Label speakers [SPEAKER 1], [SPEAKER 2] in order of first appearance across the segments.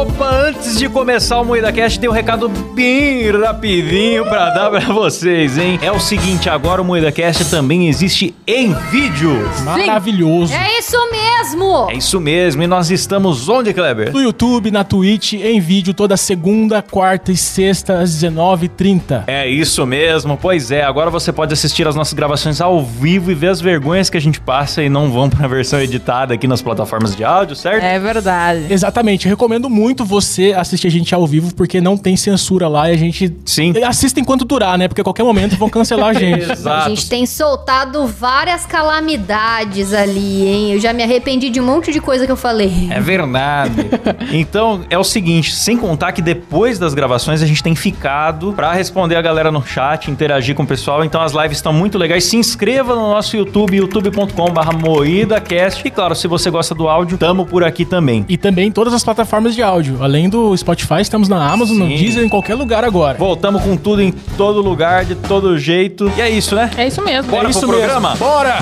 [SPEAKER 1] Opa, antes de começar o Moída Cast, tem um recado bem rapidinho pra dar pra vocês, hein? É o seguinte, agora o Moída Cast também existe em vídeo.
[SPEAKER 2] Maravilhoso.
[SPEAKER 3] É isso mesmo.
[SPEAKER 1] É isso mesmo, e nós estamos onde, Kleber?
[SPEAKER 2] No YouTube, na Twitch, em vídeo, toda segunda, quarta e sexta, às 19h30.
[SPEAKER 1] É isso mesmo, pois é, agora você pode assistir as nossas gravações ao vivo e ver as vergonhas que a gente passa e não vão pra versão editada aqui nas plataformas de áudio, certo?
[SPEAKER 4] É verdade.
[SPEAKER 2] Exatamente, recomendo muito você assistir a gente ao vivo, porque não tem censura lá e a gente assiste enquanto durar, né? Porque a qualquer momento vão cancelar a gente.
[SPEAKER 1] Exato.
[SPEAKER 3] A gente tem soltado várias calamidades ali, hein? Eu já me arrependi de um monte de coisa que eu falei.
[SPEAKER 1] É verdade. Então, é o seguinte, sem contar que depois das gravações a gente tem ficado pra responder a galera no chat, interagir com o pessoal, então as lives estão muito legais. Se inscreva no nosso YouTube, youtube.com/moidacast. E claro, se você gosta do áudio, tamo por aqui também.
[SPEAKER 2] E também em todas as plataformas de áudio. Além do Spotify, estamos na Amazon, no Deezer, em qualquer lugar agora.
[SPEAKER 1] Voltamos com tudo em todo lugar, de todo jeito. E é isso, né?
[SPEAKER 4] É isso mesmo.
[SPEAKER 1] Bora pro programa?
[SPEAKER 2] Mesmo. Bora!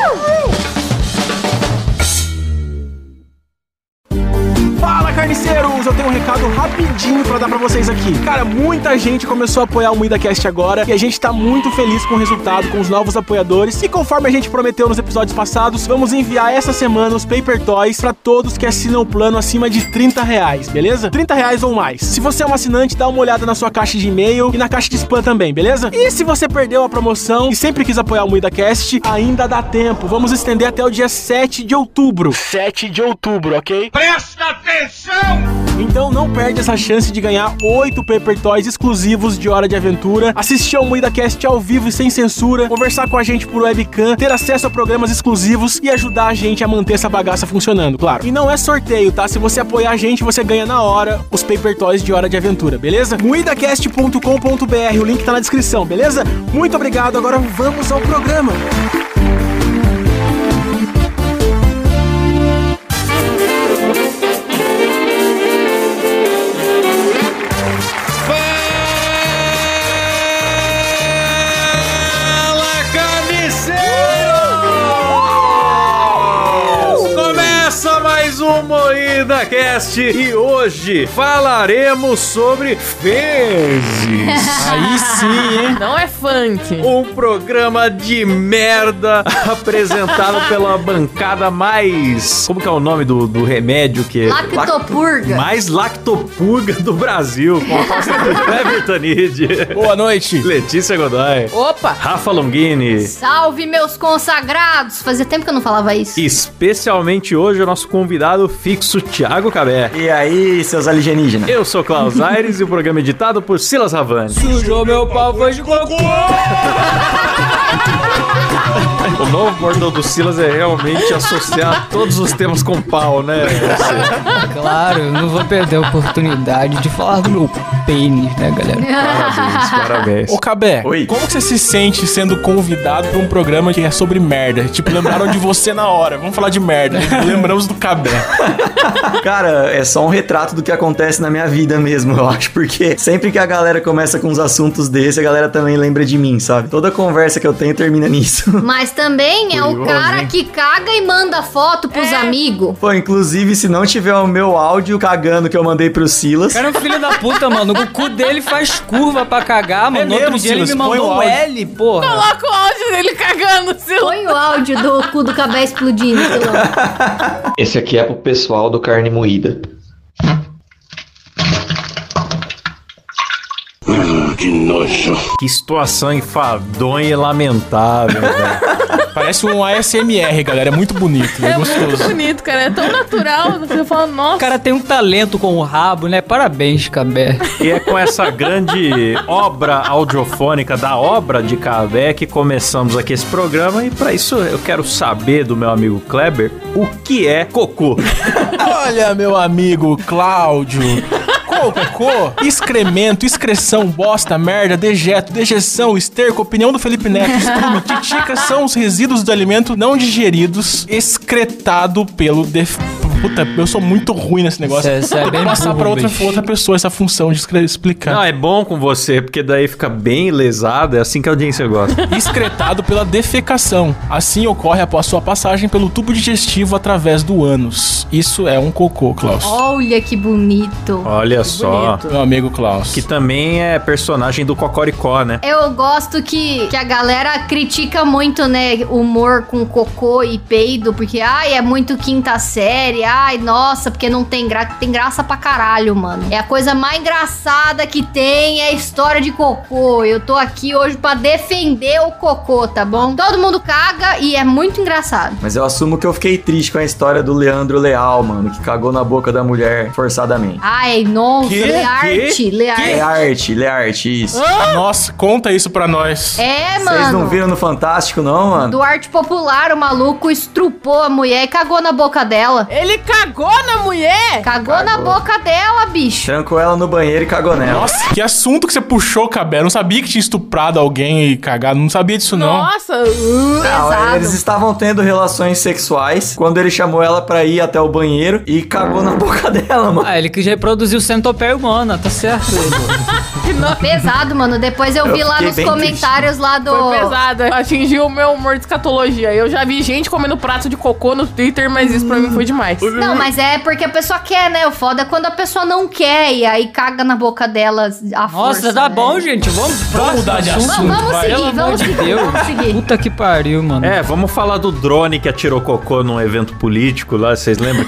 [SPEAKER 2] Fala, carniceiros! Eu tenho um recado rapidinho pra dar pra vocês aqui. Cara, muita gente começou a apoiar o MoídaCast agora e a gente tá muito feliz com o resultado, com os novos apoiadores. E conforme a gente prometeu nos episódios passados, vamos enviar essa semana os Paper Toys pra todos que assinam o plano acima de R$30, beleza? R$30 ou mais. Se você é um assinante, dá uma olhada na sua caixa de e-mail e na caixa de spam também, beleza? E se você perdeu a promoção e sempre quis apoiar o MoídaCast, ainda dá tempo. Vamos estender até o dia 7 de outubro. 7 de outubro, ok?
[SPEAKER 5] Presta atenção!
[SPEAKER 2] Então não perde essa chance de ganhar 8 Paper Toys exclusivos de Hora de Aventura, assistir ao MoídaCast ao vivo e sem censura, conversar com a gente por webcam, ter acesso a programas exclusivos e ajudar a gente a manter essa bagaça funcionando, claro. E não é sorteio, tá? Se você apoiar a gente, você ganha na hora os Paper Toys de Hora de Aventura, beleza? moidacast.com.br, o link tá na descrição, beleza? Muito obrigado, agora vamos ao programa.
[SPEAKER 1] O MoídaCast e hoje falaremos sobre fezes.
[SPEAKER 2] Aí sim, hein?
[SPEAKER 4] Não é funk.
[SPEAKER 1] Um programa de merda apresentado pela bancada mais... Como que é o nome do remédio que...
[SPEAKER 3] Lactopurga.
[SPEAKER 1] Mais lactopurga do Brasil. Com a pasta do Kleber Tanid.
[SPEAKER 2] Boa noite.
[SPEAKER 1] Letícia Godoy.
[SPEAKER 4] Opa.
[SPEAKER 1] Rafa Longini.
[SPEAKER 3] Salve, meus consagrados. Fazia tempo que eu não falava isso.
[SPEAKER 1] Especialmente hoje o nosso convidado fixo, Thiago Cabé.
[SPEAKER 6] E aí, seus alienígenas?
[SPEAKER 1] Eu sou Klaus Aires e o programa é editado por Silas Havani.
[SPEAKER 4] Sujou meu pau, foi de cocô.
[SPEAKER 1] O novo bordão do Silas é realmente associar todos os temas com pau, né?
[SPEAKER 7] Claro, eu não vou perder a oportunidade de falar do meu pênis, né, galera?
[SPEAKER 1] Parabéns, parabéns.
[SPEAKER 2] Ô, Cabé,
[SPEAKER 6] Oi.
[SPEAKER 2] como que você se sente sendo convidado pra um programa que é sobre merda? Tipo, lembraram de você na hora. Vamos falar de merda. Lembramos do Cabé.
[SPEAKER 6] Cara, é só um retrato do que acontece na minha vida mesmo, eu acho. Porque sempre que a galera começa com uns assuntos desse, a galera também lembra de mim, sabe? Toda conversa que eu tenho termina nisso.
[SPEAKER 3] Mas também é o
[SPEAKER 1] Curioso,
[SPEAKER 3] cara
[SPEAKER 1] hein?
[SPEAKER 3] que caga e manda foto pros amigos.
[SPEAKER 6] Pô, inclusive, se não tiver o meu áudio cagando que eu mandei pro Silas...
[SPEAKER 7] O cara é um filho da puta, mano. O cu dele faz curva pra cagar, mano. No
[SPEAKER 2] mesmo,
[SPEAKER 7] outro dia ele me
[SPEAKER 2] Silas? Põe o
[SPEAKER 7] mandou um
[SPEAKER 2] áudio.
[SPEAKER 7] L, porra.
[SPEAKER 4] Coloca o áudio dele cagando, Silas.
[SPEAKER 3] Põe o áudio do cu do Cabé explodindo.
[SPEAKER 8] Esse aqui é pro pessoal do Carne Moída.
[SPEAKER 5] Que nojo.
[SPEAKER 1] Que situação enfadonha e lamentável, velho.
[SPEAKER 2] Parece um ASMR, galera. É muito bonito, é
[SPEAKER 4] Muito
[SPEAKER 2] gostoso.
[SPEAKER 4] bonito, cara. É tão natural. Você fala, nossa.
[SPEAKER 7] O cara tem um talento com o rabo, né? Parabéns, Cabé.
[SPEAKER 1] E é com essa grande obra audiofônica da obra de Cabé que começamos aqui esse programa. E pra isso eu quero saber do meu amigo Kleber o que é cocô.
[SPEAKER 2] Olha, meu amigo Cláudio. Cocô, excremento, excreção, bosta, merda, dejeto, dejeção, esterco, opinião do Felipe Neto, estrume, titica são os resíduos do alimento não digeridos excretado pelo Puta, eu sou muito ruim nesse negócio.
[SPEAKER 7] Você é
[SPEAKER 2] Tem que
[SPEAKER 7] bem
[SPEAKER 2] passar
[SPEAKER 7] burro,
[SPEAKER 2] pra outra
[SPEAKER 7] bicho.
[SPEAKER 2] pessoa essa função de explicar.
[SPEAKER 1] Não, é bom com você, porque daí fica bem lesado, é assim que a audiência gosta.
[SPEAKER 2] Excretado pela defecação. Assim ocorre após sua passagem pelo tubo digestivo através do ânus. Isso é um cocô, Klaus.
[SPEAKER 3] Olha que bonito.
[SPEAKER 1] Olha só.
[SPEAKER 2] Meu amigo Klaus.
[SPEAKER 1] Que também é personagem do Cocoricó, né?
[SPEAKER 3] Eu gosto que a galera critica muito, né, humor com cocô e peido, porque, ai, é muito quinta série, ai, nossa, porque não tem graça. Tem graça pra caralho, mano. É a coisa mais engraçada que tem, é a história de cocô. Eu tô aqui hoje pra defender o cocô, tá bom? Todo mundo caga e é muito engraçado.
[SPEAKER 6] Mas eu assumo que eu fiquei triste com a história do Leandro Leal, mano, que cagou na boca da mulher forçadamente.
[SPEAKER 3] Ai, nossa,
[SPEAKER 1] Que?
[SPEAKER 3] Learte.
[SPEAKER 6] Learte, isso.
[SPEAKER 2] Nossa, conta isso pra nós.
[SPEAKER 3] É,
[SPEAKER 6] Vocês
[SPEAKER 3] mano.
[SPEAKER 6] não viram no Fantástico, não, mano?
[SPEAKER 3] Do arte popular, o maluco estrupou a mulher e cagou na boca dela.
[SPEAKER 4] Ele cagou na mulher?
[SPEAKER 3] Cagou na boca dela, bicho.
[SPEAKER 6] Trancou ela no banheiro e cagou nela.
[SPEAKER 2] Nossa, que assunto que você puxou, Cabé. Eu não sabia que tinha estuprado alguém e cagado. Não sabia disso, não.
[SPEAKER 4] Nossa.
[SPEAKER 6] Não,
[SPEAKER 3] pesado.
[SPEAKER 6] eles estavam tendo relações sexuais quando ele chamou ela pra ir até o banheiro e cagou na boca dela, mano.
[SPEAKER 7] Ah, ele que já reproduziu centopeia humana, tá certo.
[SPEAKER 3] Pesado, mano. Depois eu vi lá
[SPEAKER 6] fiquei
[SPEAKER 3] nos
[SPEAKER 6] bem
[SPEAKER 3] comentários lá do...
[SPEAKER 4] Foi pesada. Atingiu o meu humor de escatologia. Eu já vi gente comendo prato de cocô no Twitter, mas isso pra mim foi demais.
[SPEAKER 3] Não, mas é porque a pessoa quer, né? O foda é quando a pessoa não quer e aí caga na boca dela a força.
[SPEAKER 7] Nossa, tá
[SPEAKER 3] né?
[SPEAKER 7] bom, gente. Vamos
[SPEAKER 2] mudar de
[SPEAKER 7] próximo
[SPEAKER 2] assunto.
[SPEAKER 3] Vamos
[SPEAKER 7] vai.
[SPEAKER 3] seguir,
[SPEAKER 7] Pelo amor
[SPEAKER 3] vamos
[SPEAKER 7] de
[SPEAKER 3] seguir,
[SPEAKER 7] Deus.
[SPEAKER 3] vamos seguir.
[SPEAKER 7] Puta que pariu, mano.
[SPEAKER 1] É, vamos falar do drone que atirou cocô num evento político lá, vocês lembram?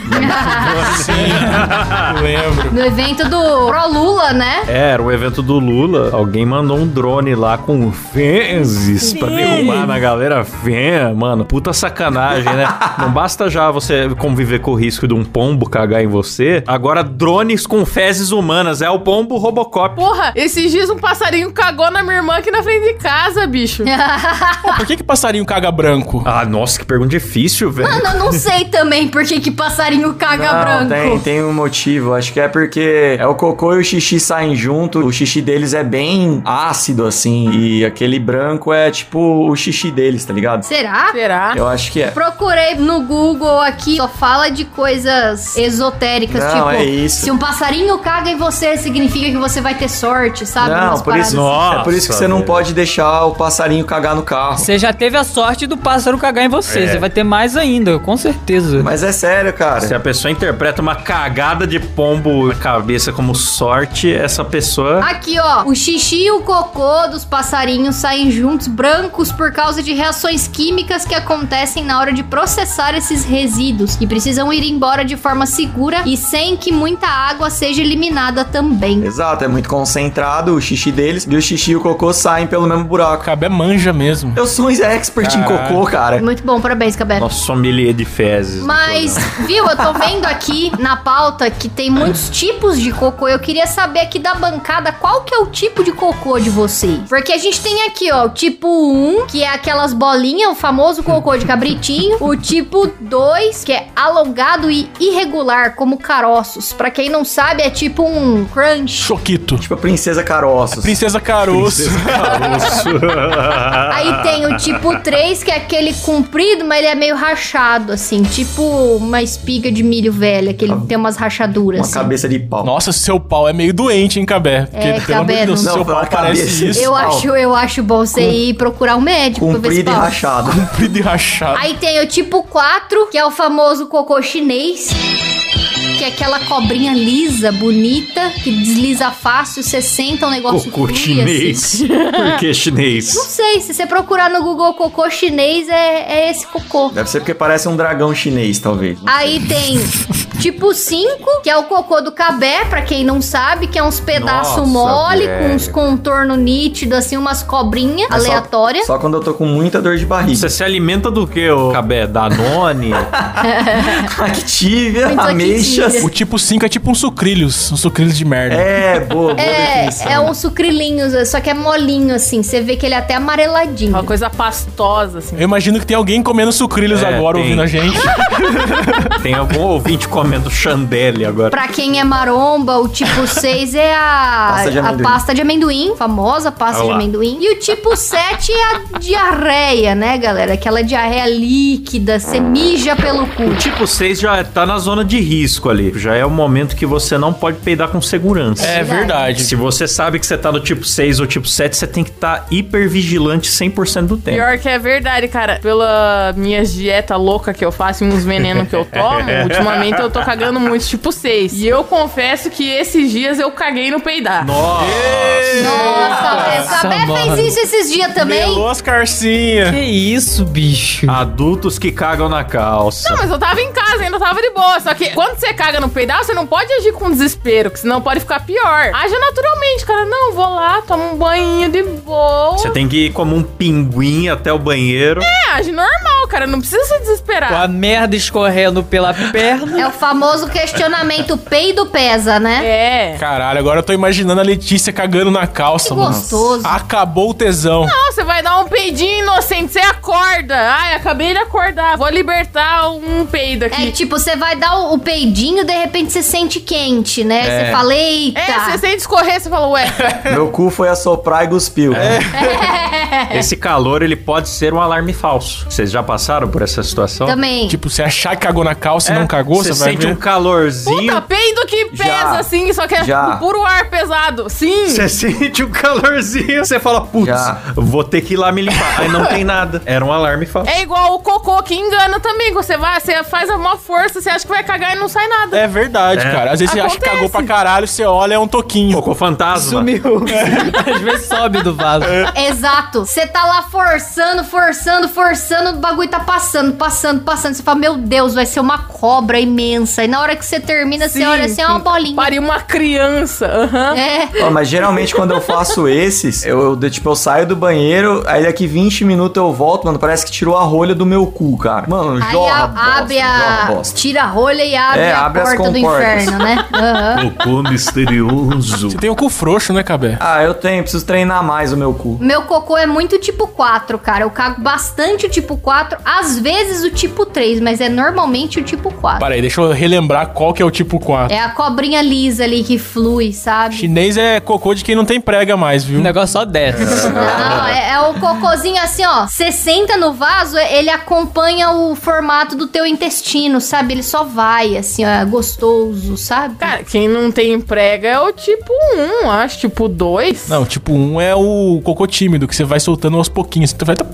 [SPEAKER 2] Eu lembro.
[SPEAKER 3] No evento do Pro Lula, né?
[SPEAKER 1] É, era o evento do Lula. Alguém mandou um drone lá com fezes pra derrubar na galera. Mano, puta sacanagem, né? Não basta já você conviver com o risco de um pombo cagar em você. Agora, drones com fezes humanas. É o pombo Robocop.
[SPEAKER 4] Porra, esses dias um passarinho cagou na minha irmã aqui na frente de casa, bicho.
[SPEAKER 2] Pô, por que passarinho caga branco?
[SPEAKER 1] Ah, nossa, que pergunta difícil, velho.
[SPEAKER 3] Mano, eu não sei também por que passarinho caga branco.
[SPEAKER 6] Tem um motivo. Acho que é porque o cocô e o xixi saem junto. O xixi deles é bem ácido, assim. E aquele branco é tipo o xixi deles, tá ligado?
[SPEAKER 3] Será?
[SPEAKER 4] Será?
[SPEAKER 6] Eu acho que é.
[SPEAKER 3] Procurei no Google aqui, só fala de coisas esotéricas,
[SPEAKER 6] Não,
[SPEAKER 3] tipo,
[SPEAKER 6] é isso.
[SPEAKER 3] se um passarinho caga em você, significa que você vai ter sorte, sabe?
[SPEAKER 6] Não,
[SPEAKER 3] Umas
[SPEAKER 6] por
[SPEAKER 3] paradas
[SPEAKER 6] isso,
[SPEAKER 3] assim.
[SPEAKER 6] é por isso que
[SPEAKER 1] Nossa,
[SPEAKER 6] você não
[SPEAKER 1] velho.
[SPEAKER 6] pode deixar o passarinho cagar no carro.
[SPEAKER 7] Você já teve a sorte do pássaro cagar em você. Você vai ter mais ainda, com certeza.
[SPEAKER 6] Mas é sério, cara.
[SPEAKER 1] Se a pessoa interpreta uma cagada de pombo na cabeça como sorte, essa pessoa...
[SPEAKER 3] Aqui, ó, o xixi e o cocô dos passarinhos saem juntos, brancos, por causa de reações químicas que acontecem na hora de processar esses resíduos e precisam ir embora de forma segura e sem que muita água seja eliminada também.
[SPEAKER 6] Exato, é muito concentrado o xixi deles e o xixi e o cocô saem pelo mesmo buraco.
[SPEAKER 2] Cabé manja mesmo.
[SPEAKER 6] Eu sou um expert em cocô, cara.
[SPEAKER 3] Muito bom, parabéns, Cabé.
[SPEAKER 1] Nosso sommelier de fezes. do
[SPEAKER 3] Mas,
[SPEAKER 1] programa.
[SPEAKER 3] viu, eu tô vendo aqui na pauta que tem muitos tipos de cocô. Eu queria saber aqui da bancada qual que é o tipo de cocô de vocês. Porque a gente tem aqui, ó, o tipo 1, que é aquelas bolinhas, o famoso cocô de cabritinho. O tipo 2, que é alongado e irregular, como caroços. Pra quem não sabe, é tipo um crunch.
[SPEAKER 2] Choquito.
[SPEAKER 6] Tipo a Princesa Caroços.
[SPEAKER 2] Princesa Caroço.
[SPEAKER 3] Aí tem o tipo 3, que é aquele comprido, mas ele é meio rachado, assim. Tipo uma espiga de milho velha, que ele tem umas rachaduras,
[SPEAKER 6] Uma
[SPEAKER 3] assim.
[SPEAKER 6] cabeça de pau.
[SPEAKER 2] Nossa, seu pau é meio doente, hein, Cabé? Porque,
[SPEAKER 3] É,
[SPEAKER 2] pelo amor
[SPEAKER 3] Cabé,
[SPEAKER 2] de Deus,
[SPEAKER 3] não-
[SPEAKER 2] seu
[SPEAKER 6] Não,
[SPEAKER 2] pau
[SPEAKER 6] pela
[SPEAKER 2] parece
[SPEAKER 6] cabeça.
[SPEAKER 2] isso.
[SPEAKER 3] Eu acho bom você ir procurar um médico pra ver esse
[SPEAKER 6] Comprido e
[SPEAKER 3] pau.
[SPEAKER 6] rachado.
[SPEAKER 2] Comprido e rachado.
[SPEAKER 3] Aí tem o tipo 4, que é o famoso cocô chinês. Que é aquela cobrinha lisa, bonita, que desliza fácil, você senta, o negócio
[SPEAKER 1] Cocô
[SPEAKER 3] flui,
[SPEAKER 1] chinês.
[SPEAKER 3] assim.
[SPEAKER 1] Por que chinês?
[SPEAKER 3] Não sei, se você procurar no Google cocô chinês, é esse cocô.
[SPEAKER 6] Deve ser porque parece um dragão chinês, talvez.
[SPEAKER 3] Aí tem tipo 5, que é o cocô do cabé, pra quem não sabe, que é uns pedaços
[SPEAKER 1] Nossa,
[SPEAKER 3] mole,
[SPEAKER 1] velho.
[SPEAKER 3] com uns contornos nítidos, assim, umas cobrinhas
[SPEAKER 6] É só-
[SPEAKER 3] aleatórias.
[SPEAKER 6] Só quando eu tô com muita dor de barriga.
[SPEAKER 1] Você se alimenta do que, ô Cabé? Danone?
[SPEAKER 6] Activia,
[SPEAKER 3] Muito
[SPEAKER 6] ameixa. Sucrilhos.
[SPEAKER 2] O tipo 5 é tipo um sucrilhos de merda.
[SPEAKER 6] É, boa definição.
[SPEAKER 3] É um sucrilinhos, só que é molinho, assim. Você vê que ele é até amareladinho.
[SPEAKER 4] Uma coisa pastosa, assim.
[SPEAKER 2] Eu imagino que tem alguém comendo sucrilhos agora,
[SPEAKER 1] tem.
[SPEAKER 2] ouvindo a gente.
[SPEAKER 1] Tem algum ouvinte comendo chandelle agora.
[SPEAKER 3] Pra quem é maromba, o tipo 6 é a pasta de amendoim, famosa pasta de amendoim. E o tipo 7 é a diarreia, né, galera? Aquela diarreia líquida, você mija pelo cu.
[SPEAKER 1] O tipo 6 já tá na zona de risco ali. Já é o momento que você não pode peidar com segurança.
[SPEAKER 2] É verdade.
[SPEAKER 1] Se você sabe que você tá no tipo 6 ou tipo 7, você tem que estar hipervigilante 100% do tempo.
[SPEAKER 4] Pior que é verdade, cara. Pela minha dieta louca que eu faço e uns venenos que eu tomo, ultimamente eu tô cagando muito tipo 6. E eu confesso que esses dias eu caguei no peidar.
[SPEAKER 3] Nossa, o Cabé fez isso esses dias também.
[SPEAKER 2] Melou as carcinhas.
[SPEAKER 7] Que isso, bicho?
[SPEAKER 1] Adultos que cagam na calça.
[SPEAKER 4] Não, mas eu tava em casa, ainda tava de boa. Só que quando você caga no peidar, você não pode agir com desespero, que senão pode ficar pior. Haja naturalmente, cara. Não, vou lá, tomo um banhinho de boa.
[SPEAKER 1] Você tem que ir como um pinguim até o banheiro.
[SPEAKER 4] Age normal, cara. Não precisa se desesperar.
[SPEAKER 7] Com a merda escorrendo pela perna.
[SPEAKER 3] É o famoso questionamento peido pesa, né?
[SPEAKER 4] É.
[SPEAKER 2] Caralho, agora eu tô imaginando a Letícia cagando na calça,
[SPEAKER 3] Que
[SPEAKER 2] mano.
[SPEAKER 3] gostoso.
[SPEAKER 2] Acabou o tesão.
[SPEAKER 4] Não, você vai dar um peidinho inocente, você acorda. Ai, acabei de acordar. Vou libertar um peido aqui.
[SPEAKER 3] É tipo, você vai dar o peidinho, de repente você sente quente, né? Você fala, eita.
[SPEAKER 4] Você sente escorrer, você fala, ué.
[SPEAKER 6] Meu cu foi assoprar e cuspiu.
[SPEAKER 1] Esse calor, ele pode ser um alarme falso. Vocês já passaram por essa situação?
[SPEAKER 3] Também.
[SPEAKER 2] Tipo, você achar que cagou na calça e não cagou, você vai
[SPEAKER 1] sente
[SPEAKER 2] ver.
[SPEAKER 1] um calorzinho.
[SPEAKER 4] Puta, peido que pesa,
[SPEAKER 6] Já.
[SPEAKER 4] assim, só que é
[SPEAKER 6] Já.
[SPEAKER 4] puro ar pesado. Sim.
[SPEAKER 1] Você sente um calorzinho, você fala, putz,
[SPEAKER 6] Já.
[SPEAKER 1] vou ter que ir lá me limpar. Aí não tem nada. Era um alarme falso.
[SPEAKER 4] É igual o cocô que engana também. Você vai, você faz a maior força, você acha que vai cagar e não sai nada.
[SPEAKER 2] É verdade, cara. Às vezes você acha que
[SPEAKER 4] Acontece.
[SPEAKER 2] cagou pra caralho, você olha, é um toquinho.
[SPEAKER 1] Cocô fantasma.
[SPEAKER 7] Sumiu. Às vezes sobe do vaso.
[SPEAKER 3] Exato. Você tá lá forçando, o bagulho tá passando. Você fala, meu Deus, vai ser uma cobra imensa. E na hora que você termina, você olha assim, é uma bolinha.
[SPEAKER 4] Pariu uma criança. Aham.
[SPEAKER 3] É.
[SPEAKER 6] Ó, mas geralmente quando eu faço esses, eu saio do banheiro, aí daqui 20 minutos eu volto, mano, parece que tirou a rolha do meu cu, cara. Mano,
[SPEAKER 3] Aí
[SPEAKER 6] jorra
[SPEAKER 3] abre
[SPEAKER 6] jorra bosta.
[SPEAKER 3] tira a rolha e abre a
[SPEAKER 6] abre as
[SPEAKER 3] porta do
[SPEAKER 6] comportas.
[SPEAKER 3] inferno, né? Aham.
[SPEAKER 1] Cocô misterioso.
[SPEAKER 2] Você tem o cu frouxo, né, Cabé?
[SPEAKER 6] Ah, eu tenho, preciso treinar mais o meu cu.
[SPEAKER 3] Meu cocô é muito tipo 4, cara. Eu cago bastante o tipo 4, às vezes o tipo 3, mas é normalmente o tipo 4.
[SPEAKER 2] Para aí, deixa eu relembrar qual que é o tipo 4.
[SPEAKER 3] É a cobrinha lisa ali que flui, sabe?
[SPEAKER 2] Chinês é cocô de quem não tem prega mais, viu?
[SPEAKER 7] O negócio só desce.
[SPEAKER 3] Não, é o cocôzinho assim, ó. Você senta no vaso, ele acompanha o formato do teu intestino, sabe? Ele só vai, assim, ó, é gostoso, sabe?
[SPEAKER 4] Cara, quem não tem prega é o tipo 1, acho. Tipo 2.
[SPEAKER 2] Não, tipo 1 é o cocô tímido, que você vai soltando aos pouquinhos. Você vai...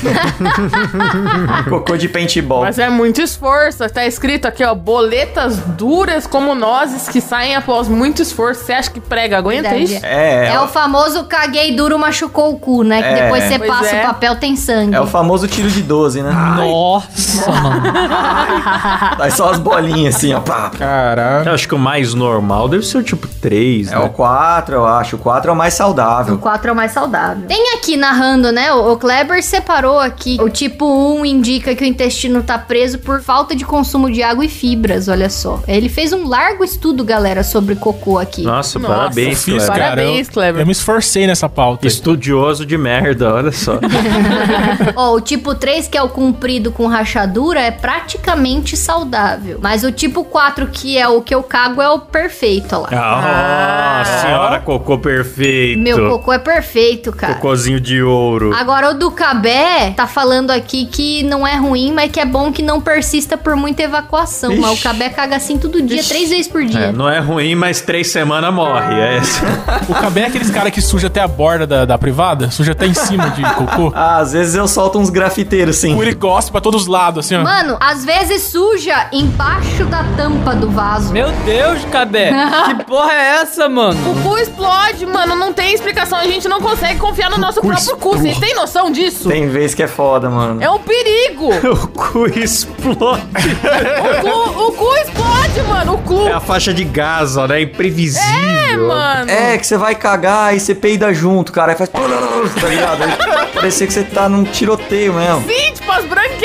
[SPEAKER 6] Cocô de paintball.
[SPEAKER 4] Mas é muito esforço. Tá escrito aqui, ó. Boletas duras como nozes que saem após muito esforço. Você acha que prega aguenta
[SPEAKER 3] Verdade.
[SPEAKER 4] isso?
[SPEAKER 3] É o famoso caguei duro, machucou o cu, né? Que
[SPEAKER 6] É.
[SPEAKER 3] depois você
[SPEAKER 4] Pois
[SPEAKER 3] passa
[SPEAKER 4] é.
[SPEAKER 3] o papel, tem sangue.
[SPEAKER 6] É o famoso tiro de 12, né?
[SPEAKER 7] Nossa, mano.
[SPEAKER 6] Aí só as bolinhas assim, ó. Pá.
[SPEAKER 2] Caralho.
[SPEAKER 1] Eu acho que o mais normal deve ser o tipo 3,
[SPEAKER 6] É o 4, eu acho. O 4 é o mais
[SPEAKER 3] O
[SPEAKER 6] saudável.
[SPEAKER 3] 4 é o mais saudável. Tem aqui narrando, né? O Kleber separou aqui. O tipo 1 indica que o intestino tá preso por falta de consumo de água e fibras, olha só. Ele fez um largo estudo, galera, sobre cocô aqui.
[SPEAKER 1] Nossa,
[SPEAKER 4] Nossa,
[SPEAKER 1] parabéns,
[SPEAKER 2] Fiz,
[SPEAKER 1] Kleber.
[SPEAKER 2] cara.
[SPEAKER 4] Parabéns, Kleber.
[SPEAKER 2] Eu me esforcei nessa pauta.
[SPEAKER 1] Estudioso de merda, olha só.
[SPEAKER 3] Ó, o tipo 3, que é o comprido com rachadura, é praticamente saudável. Mas o tipo 4, que é o que eu cago, é o perfeito, ó lá.
[SPEAKER 1] Ah, senhora cocô perfeito.
[SPEAKER 3] Meu cocô é perfeito, cara.
[SPEAKER 1] Cocôzinho de ouro.
[SPEAKER 3] Agora, o do Cabé tá falando aqui que não é ruim, mas que é bom que não persista por muita evacuação.
[SPEAKER 6] Ixi.
[SPEAKER 3] Mas o Cabé caga assim todo dia, 3 vezes por dia.
[SPEAKER 1] É, não é ruim, mas 3 semanas morre. É esse.
[SPEAKER 2] O Cabé é aqueles caras que suja até a borda da privada, suja até em cima de cocô.
[SPEAKER 6] Ah, às vezes eu solto uns grafiteiros, sim.
[SPEAKER 2] Ele gosta pra todos os lados, assim, ó.
[SPEAKER 3] Mano, às vezes suja embaixo da tampa do vaso.
[SPEAKER 7] Meu Deus, Cabé. Que porra é essa, mano?
[SPEAKER 4] O cu explode, mano. Não tem explicação. A gente não consegue confiar no nosso próprio cu. Vocês têm noção disso?
[SPEAKER 6] Tem vez que é foda, mano.
[SPEAKER 4] É um perigo.
[SPEAKER 1] O cu explode.
[SPEAKER 4] O cu explode, mano. O cu.
[SPEAKER 1] É a faixa de gás, ó, né? Imprevisível.
[SPEAKER 4] É, mano.
[SPEAKER 6] É, que você vai cagar e você peida junto, cara. Aí faz... Tá ligado? Aí parecia que você tá num tiroteio mesmo.
[SPEAKER 4] Sim, tipo as branquelas.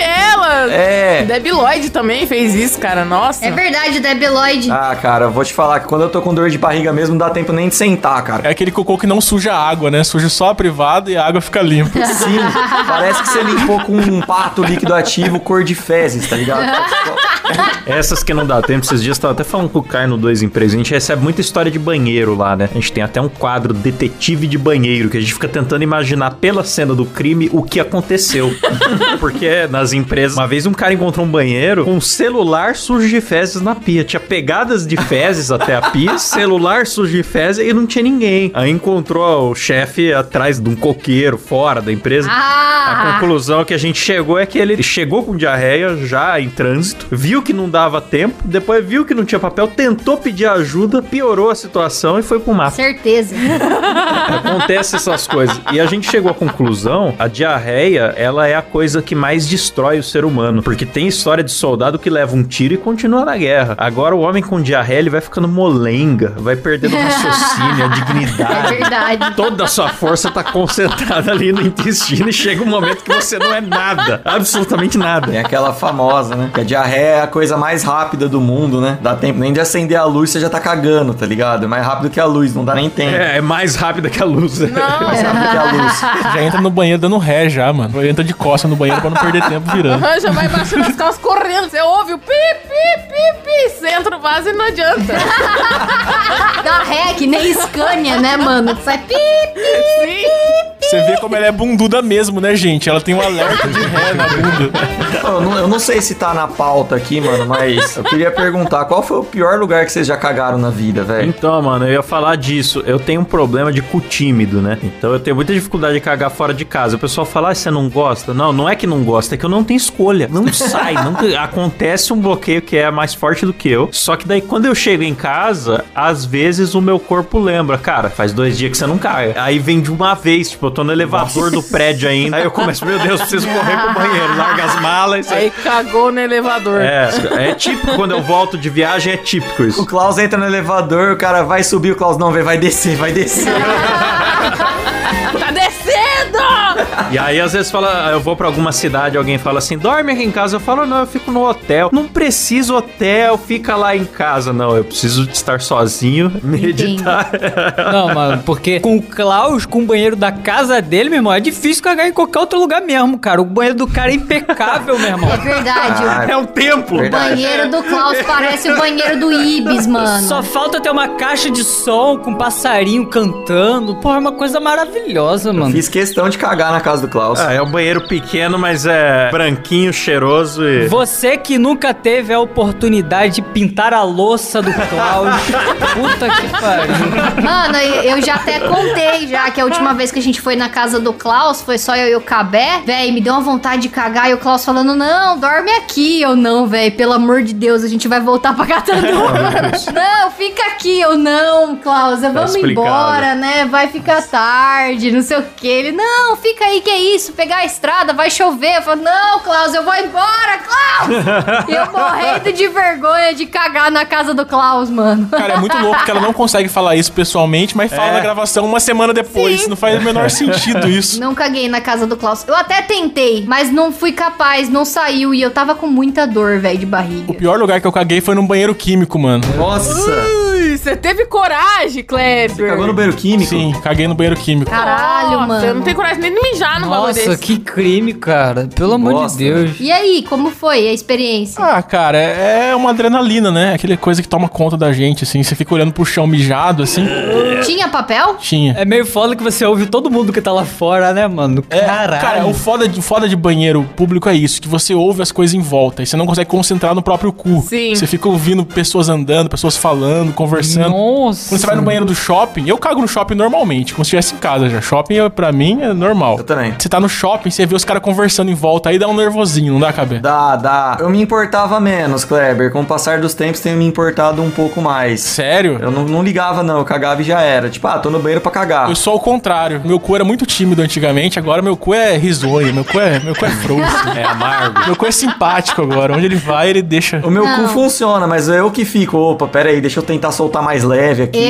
[SPEAKER 4] Debi Lloyd também fez isso, cara. Nossa.
[SPEAKER 3] É verdade, Debi Lloyd.
[SPEAKER 6] Ah, cara, vou te falar que quando eu tô com dor de barriga mesmo, não dá tempo nem de sentar, cara.
[SPEAKER 2] É aquele cocô que não suja a água, né? Suja só a privada e a água fica limpa.
[SPEAKER 6] Sim, parece que você limpou com um pato líquido ativo cor de fezes, tá ligado?
[SPEAKER 1] Essas que não dá tempo, esses dias tava até falando com o Caio no Dois Empregos. A gente recebe muita história de banheiro lá, né? A gente tem até um quadro Detetive de Banheiro, que a gente fica tentando imaginar pela cena do crime o que aconteceu. Porque nas empresas, uma vez um cara encontrou um banheiro com um celular sujo de fezes na pia. Tinha pegadas de fezes até a pia, celular sujo de fezes e não tinha ninguém. Aí encontrou o chefe atrás de um coqueiro fora da empresa. A conclusão que a gente chegou é que ele chegou com diarreia já em trânsito, viu que não dava tempo, depois viu que não tinha papel, tentou pedir ajuda, piorou a situação e foi pro mato.
[SPEAKER 3] Certeza.
[SPEAKER 1] Acontece essas coisas. E a gente chegou à conclusão, a diarreia, ela é a coisa que mais destrói o ser humano, porque tem história de soldado que leva um tiro e continua na guerra. Agora o homem com diarreia, ele vai ficando molenga, vai perdendo o raciocínio, a dignidade.
[SPEAKER 3] É verdade.
[SPEAKER 1] Toda a sua força tá concentrada ali no intestino e chega um momento que você não é nada, absolutamente nada.
[SPEAKER 6] Tem aquela famosa, né? Que a diarreia é a coisa mais rápida do mundo, né? Dá tempo nem de acender a luz, você já tá cagando, tá ligado? É mais rápido que a luz, não dá nem tempo.
[SPEAKER 1] É mais rápida que a luz.
[SPEAKER 4] Não.
[SPEAKER 6] Mais rápido que a luz.
[SPEAKER 2] Já entra no banheiro dando ré já, mano. Entra de costa no banheiro pra não perder tempo virando.
[SPEAKER 4] Já vai baixando as calças correndo. Você ouve o pi, pi, pi, pi. Você entra no vaso e não adianta.
[SPEAKER 3] Dá ré, que nem Scania, né, mano? Sai pi, pi.
[SPEAKER 4] Sim.
[SPEAKER 2] Você vê como ela é bunduda mesmo, né, gente? Ela tem um alerta de ré na bunda.
[SPEAKER 6] Eu não sei se tá na pauta aqui, mano, mas eu queria perguntar, qual foi o pior lugar que vocês já cagaram na vida, velho?
[SPEAKER 1] Então, mano, eu ia falar disso. Eu tenho um problema de cu tímido, né? Então eu tenho muita dificuldade de cagar fora de casa. O pessoal fala, você não gosta? Não, não é que não gosta, é que eu não tenho escolha. Não sai, acontece um bloqueio que é mais forte do que eu. Só que daí, quando eu chego em casa, às vezes o meu corpo lembra, cara, faz 2 dias que você não caga. Aí vem de uma vez, tipo, eu tô no elevador do prédio ainda. Aí eu começo, meu Deus, preciso correr pro banheiro, larga as malas.
[SPEAKER 4] Aí cagou no elevador.
[SPEAKER 1] É típico, quando eu volto de viagem, é típico isso.
[SPEAKER 6] O Klaus entra no elevador, o cara vai subir, o Klaus não, velho, vai descer.
[SPEAKER 4] Tá descendo!
[SPEAKER 1] E aí, às vezes, eu vou pra alguma cidade, alguém fala assim, dorme aqui em casa. Eu falo, não, eu fico no hotel. Não preciso hotel, fica lá em casa. Não, eu preciso de estar sozinho, meditar.
[SPEAKER 7] Não, mano, porque com o Klaus, com o banheiro da casa dele, meu irmão, é difícil cagar em qualquer outro lugar mesmo, cara. O banheiro do cara é impecável, meu irmão.
[SPEAKER 3] É verdade.
[SPEAKER 1] É um templo.
[SPEAKER 3] O banheiro do Klaus parece o banheiro do Ibis, mano.
[SPEAKER 7] Só falta ter uma caixa de som com um passarinho cantando. Porra, é uma coisa maravilhosa, mano.
[SPEAKER 6] Fiz questão de cagar na casa do Klaus.
[SPEAKER 1] É um banheiro pequeno, mas é branquinho, cheiroso e...
[SPEAKER 7] Você que nunca teve a oportunidade de pintar a louça do Klaus. Puta que pariu.
[SPEAKER 3] Mano, eu já até contei já que a última vez que a gente foi na casa do Klaus, foi só eu e o Cabé. Véi, me deu uma vontade de cagar e o Klaus falando, não, dorme aqui. Eu, não, véi, pelo amor de Deus, a gente vai voltar pra Catanduva. Não, fica aqui. Eu, não, Klaus, vamos embora, né? Vai ficar tarde, não sei o que. Ele, não, fica aí, que é isso? Pegar a estrada, vai chover. Eu falo, não, Klaus, eu vou embora, Klaus! E eu morrendo de vergonha de cagar na casa do Klaus, mano.
[SPEAKER 2] Cara, é muito louco que ela não consegue falar isso pessoalmente, mas fala na gravação uma semana depois.
[SPEAKER 3] Sim.
[SPEAKER 2] Não faz o menor sentido isso.
[SPEAKER 3] Não caguei na casa do Klaus. Eu até tentei, mas não fui capaz, não saiu. E eu tava com muita dor, velho, de barriga.
[SPEAKER 2] O pior lugar que eu caguei foi num banheiro químico, mano.
[SPEAKER 6] Nossa!
[SPEAKER 4] Você teve coragem, Kleber.
[SPEAKER 6] Você cagou no banheiro químico?
[SPEAKER 2] Sim, caguei no banheiro químico.
[SPEAKER 3] Caralho,
[SPEAKER 4] Nossa,
[SPEAKER 3] mano.
[SPEAKER 4] eu não tenho coragem nem de mijar no valor desse.
[SPEAKER 7] Nossa, que crime, cara. Pelo amor de Deus.
[SPEAKER 3] E aí, como foi a experiência?
[SPEAKER 2] Ah, cara, é uma adrenalina, né? Aquela coisa que toma conta da gente, assim. Você fica olhando pro chão mijado, assim.
[SPEAKER 3] Tinha papel?
[SPEAKER 2] Tinha.
[SPEAKER 7] É meio foda que você ouve todo mundo que tá lá fora, né, mano? Caralho.
[SPEAKER 2] Cara, o foda de banheiro público é isso, que você ouve as coisas em volta e você não consegue concentrar no próprio cu.
[SPEAKER 4] Sim.
[SPEAKER 2] Você fica ouvindo pessoas andando, pessoas falando, conversando.
[SPEAKER 7] Nossa.
[SPEAKER 2] Quando você vai no banheiro do shopping, eu cago no shopping normalmente, como se estivesse em casa já. Shopping, pra mim, é normal.
[SPEAKER 6] Eu também.
[SPEAKER 2] Você tá no shopping, você vê os caras conversando em volta, aí dá um nervosinho, não dá, Cabé?
[SPEAKER 6] Dá. Eu me importava menos, Kleber. Com o passar dos tempos, tenho me importado um pouco mais.
[SPEAKER 2] Sério?
[SPEAKER 6] Eu não ligava, não. Eu cagava e já era. Tipo, tô no banheiro pra cagar.
[SPEAKER 2] Eu sou ao contrário. Meu cu era muito tímido antigamente, agora meu cu é risonho, meu cu é frouxo.
[SPEAKER 1] É amargo.
[SPEAKER 2] Meu cu é simpático agora. Onde ele vai, ele deixa...
[SPEAKER 6] O meu cu funciona, mas é eu que fico. Opa, pera aí, deixa eu tentar soltar tá mais leve aqui.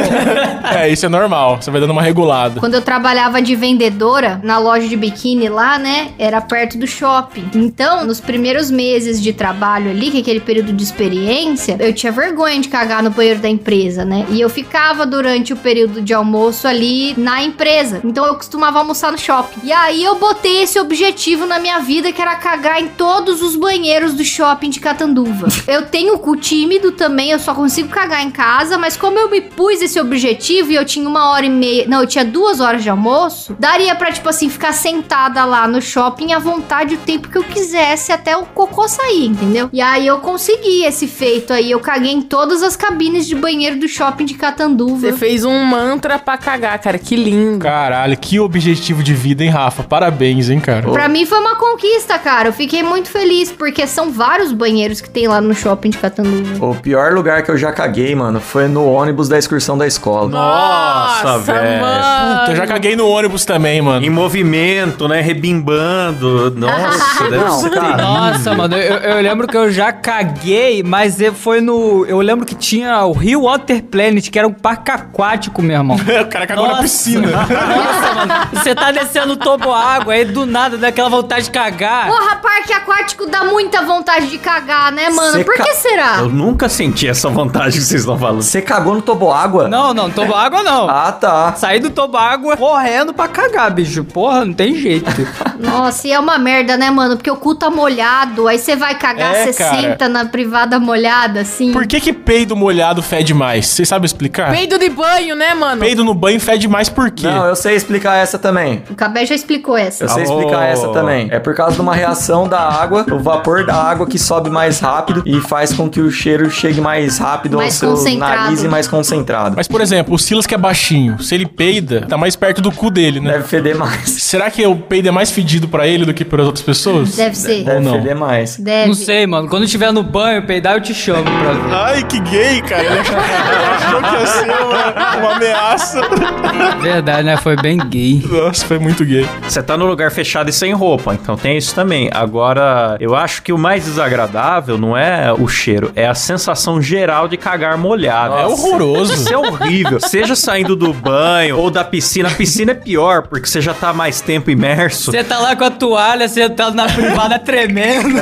[SPEAKER 2] Isso é normal. Você vai dando uma regulada.
[SPEAKER 3] Quando eu trabalhava de vendedora na loja de biquíni lá, né? Era perto do shopping. Então, nos primeiros meses de trabalho ali, que é aquele período de experiência, eu tinha vergonha de cagar no banheiro da empresa, né? E eu ficava durante o período de almoço ali na empresa. Então, eu costumava almoçar no shopping. E aí, eu botei esse objetivo na minha vida, que era cagar em todos os banheiros do shopping de Catanduva. Eu tenho cu tímido também, eu só consigo cagar em casa, mas como eu me pus esse objetivo e eu tinha 1h30... Não, eu tinha 2 horas de almoço, daria pra, tipo assim, ficar sentada lá no shopping à vontade o tempo que eu quisesse até o cocô sair, entendeu? E aí eu consegui esse feito aí, eu caguei em todas as cabines de banheiro do shopping de Catanduva.
[SPEAKER 4] Você fez um mantra pra cagar, cara, que lindo.
[SPEAKER 2] Caralho, que objetivo de vida, hein, Rafa? Parabéns, hein, cara?
[SPEAKER 3] Pra mim foi uma conquista, cara, eu fiquei muito feliz, porque são vários banheiros que tem lá no shopping de Catanduva.
[SPEAKER 6] O pior lugar que eu já caguei, mano, foi no ônibus da excursão da escola.
[SPEAKER 1] Nossa, velho.
[SPEAKER 2] Puta, eu já caguei no ônibus também, mano.
[SPEAKER 1] Em movimento, né? Rebimbando. Nossa, deve ser terrível.
[SPEAKER 7] Nossa, mano, eu lembro que eu já caguei, mas foi no... Eu lembro que tinha o Rio Water Planet, que era um parque aquático, meu irmão.
[SPEAKER 2] O cara cagou na piscina.
[SPEAKER 7] Nossa, mano. Você tá descendo toboágua, aí do nada dá aquela vontade de cagar.
[SPEAKER 3] Porra, parque aquático dá muita vontade de cagar, né, mano? Por que será?
[SPEAKER 1] Eu nunca senti essa vontade que vocês estão falando.
[SPEAKER 6] Você cagou no toboágua?
[SPEAKER 7] Não, toboágua não.
[SPEAKER 6] Ah, tá.
[SPEAKER 7] Saí do toboágua correndo pra cagar, bicho. Porra, não tem jeito.
[SPEAKER 3] Nossa, e é uma merda, né, mano? Porque o cu tá molhado, aí você vai cagar, você senta na privada molhada, assim.
[SPEAKER 2] Por que peido molhado fede mais? Vocês sabem explicar?
[SPEAKER 4] Peido de banho, né, mano?
[SPEAKER 2] Peido no banho fede mais por quê?
[SPEAKER 6] Não, eu sei explicar essa também.
[SPEAKER 3] O Cabé já explicou essa.
[SPEAKER 6] Eu sei explicar essa também. É por causa de uma reação da água, o vapor da água que sobe mais rápido e faz com que o cheiro chegue mais rápido ao seu nariz e mais concentrado.
[SPEAKER 2] Mas, por exemplo, o Silas que é baixinho, se ele peida, tá mais perto do cu dele, né?
[SPEAKER 6] Deve feder mais.
[SPEAKER 2] Será que o peido é mais fedido pra ele do que para outras pessoas?
[SPEAKER 3] Deve ser.
[SPEAKER 6] Deve feder mais.
[SPEAKER 3] Deve.
[SPEAKER 7] Não sei, mano. Quando eu estiver no banho, peidar, eu te chamo pra ver.
[SPEAKER 2] Ai, que gay, cara. Ele achou que ia ser uma ameaça.
[SPEAKER 7] Verdade, né? Foi bem gay.
[SPEAKER 2] Nossa, foi muito gay.
[SPEAKER 1] Você tá no lugar fechado e sem roupa, então tem isso também. Agora, eu acho que o mais desagradável não é o cheiro, é a sensação geral de cagar molhado.
[SPEAKER 2] É horroroso.
[SPEAKER 1] Isso é horrível. Seja saindo do banho ou da piscina. A piscina é pior, porque você já tá mais tempo imerso.
[SPEAKER 7] Você tá lá com a toalha, sentado na privada tremendo.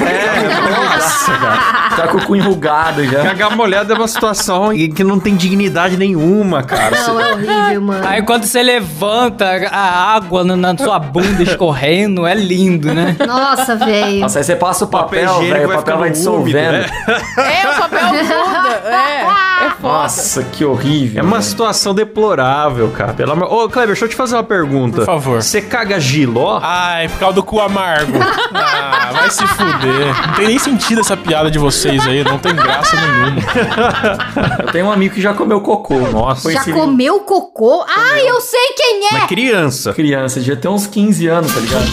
[SPEAKER 1] Nossa, cara.
[SPEAKER 6] Tá com o cu enrugado já.
[SPEAKER 1] Cagar molhado é uma situação em que não tem dignidade nenhuma, cara.
[SPEAKER 3] Não, é horrível, mano.
[SPEAKER 7] Aí quando você levanta a água na sua bunda escorrendo, é lindo, né?
[SPEAKER 3] Nossa, velho.
[SPEAKER 6] Nossa, aí você passa o papel,
[SPEAKER 1] higiênico
[SPEAKER 6] velho, o papel vai dissolvendo.
[SPEAKER 1] Úmido, né?
[SPEAKER 4] É, o papel muda. É foda.
[SPEAKER 6] Nossa, que horrível.
[SPEAKER 1] É uma situação deplorável, cara. Pelo amor... Ô, Kleber, deixa eu te fazer uma pergunta.
[SPEAKER 2] Por favor.
[SPEAKER 1] Você caga giló?
[SPEAKER 2] Ai, por causa do cu amargo. Ah, vai se fuder. Não tem nem sentido essa piada de vocês aí, não tem graça nenhuma.
[SPEAKER 6] Eu tenho um amigo que já comeu cocô. Nossa.
[SPEAKER 3] Já comeu cocô? Ai, eu sei quem é!
[SPEAKER 1] Uma criança.
[SPEAKER 6] Criança, devia ter uns 15 anos, tá ligado?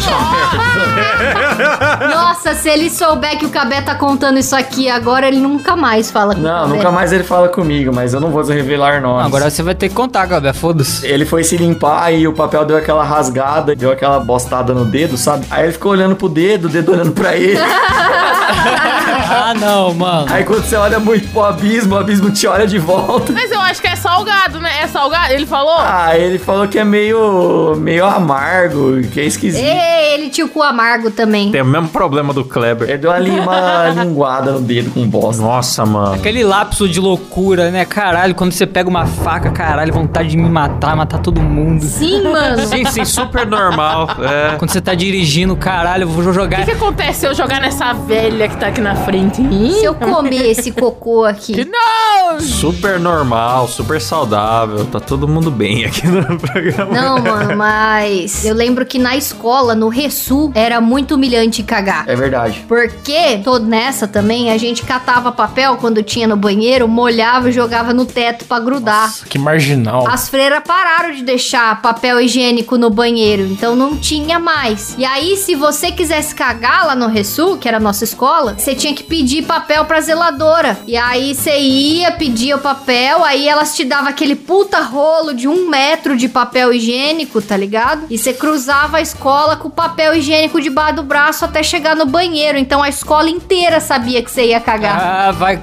[SPEAKER 3] Nossa, se ele souber que o Cabé tá contando isso aqui agora, ele nunca mais fala com o
[SPEAKER 6] Não,
[SPEAKER 3] Cabé.
[SPEAKER 6] nunca mais ele fala comigo, mas eu não vou revelar nomes.
[SPEAKER 7] Agora você vai ter que contar, Gabi, foda-se.
[SPEAKER 6] Ele foi se limpar e o papel deu aquela rasgada, deu aquela bostada no dedo, sabe? Aí ele ficou olhando pro dedo, o dedo olhando pra ele.
[SPEAKER 7] Ah, não, mano.
[SPEAKER 6] Aí quando você olha muito pro abismo, o abismo te olha de volta.
[SPEAKER 4] Mas eu acho que é salgado, né? É salgado? Ele falou?
[SPEAKER 6] Ah, ele falou que é meio amargo, que é esquisito.
[SPEAKER 3] Ei, ele tinha o cu amargo também.
[SPEAKER 1] Tem o mesmo problema do Kleber.
[SPEAKER 6] Ele deu uma linguada no dedo com bosta.
[SPEAKER 1] Nossa, mano.
[SPEAKER 7] Aquele lapso de loucura, né? Caralho, quando você pega uma faca, caralho, vontade de me matar todo mundo.
[SPEAKER 3] Sim, mano.
[SPEAKER 1] Sim, super normal. É.
[SPEAKER 7] Quando você tá dirigindo, caralho, eu vou jogar...
[SPEAKER 4] O que acontece se eu jogar nessa velha que tá aqui na frente?
[SPEAKER 3] Se eu comer esse cocô aqui.
[SPEAKER 4] Que não!
[SPEAKER 1] Super normal, super saudável. Tá todo mundo bem aqui no programa.
[SPEAKER 3] Não, mano, mas eu lembro que na escola, no Resul, era muito humilhante cagar.
[SPEAKER 6] É verdade.
[SPEAKER 3] Porque, tô nessa também, a gente catava papel quando tinha no banheiro, molhava e jogava no teto pra grudar.
[SPEAKER 2] Nossa, que marginal.
[SPEAKER 3] As freiras pararam de deixar papel higiênico no banheiro, então não tinha mais. E aí, se você quisesse cagar lá no Resul, que era a nossa escola, você tinha que pedir papel pra zeladora. E aí, você ia, pedia o papel, aí elas te davam aquele puta rolo de 1 metro de papel higiênico, tá ligado? E você cruzava a escola com o papel higiênico debaixo do braço até chegar no banheiro. Então a escola inteira sabia que você ia cagar.
[SPEAKER 7] Ah, vai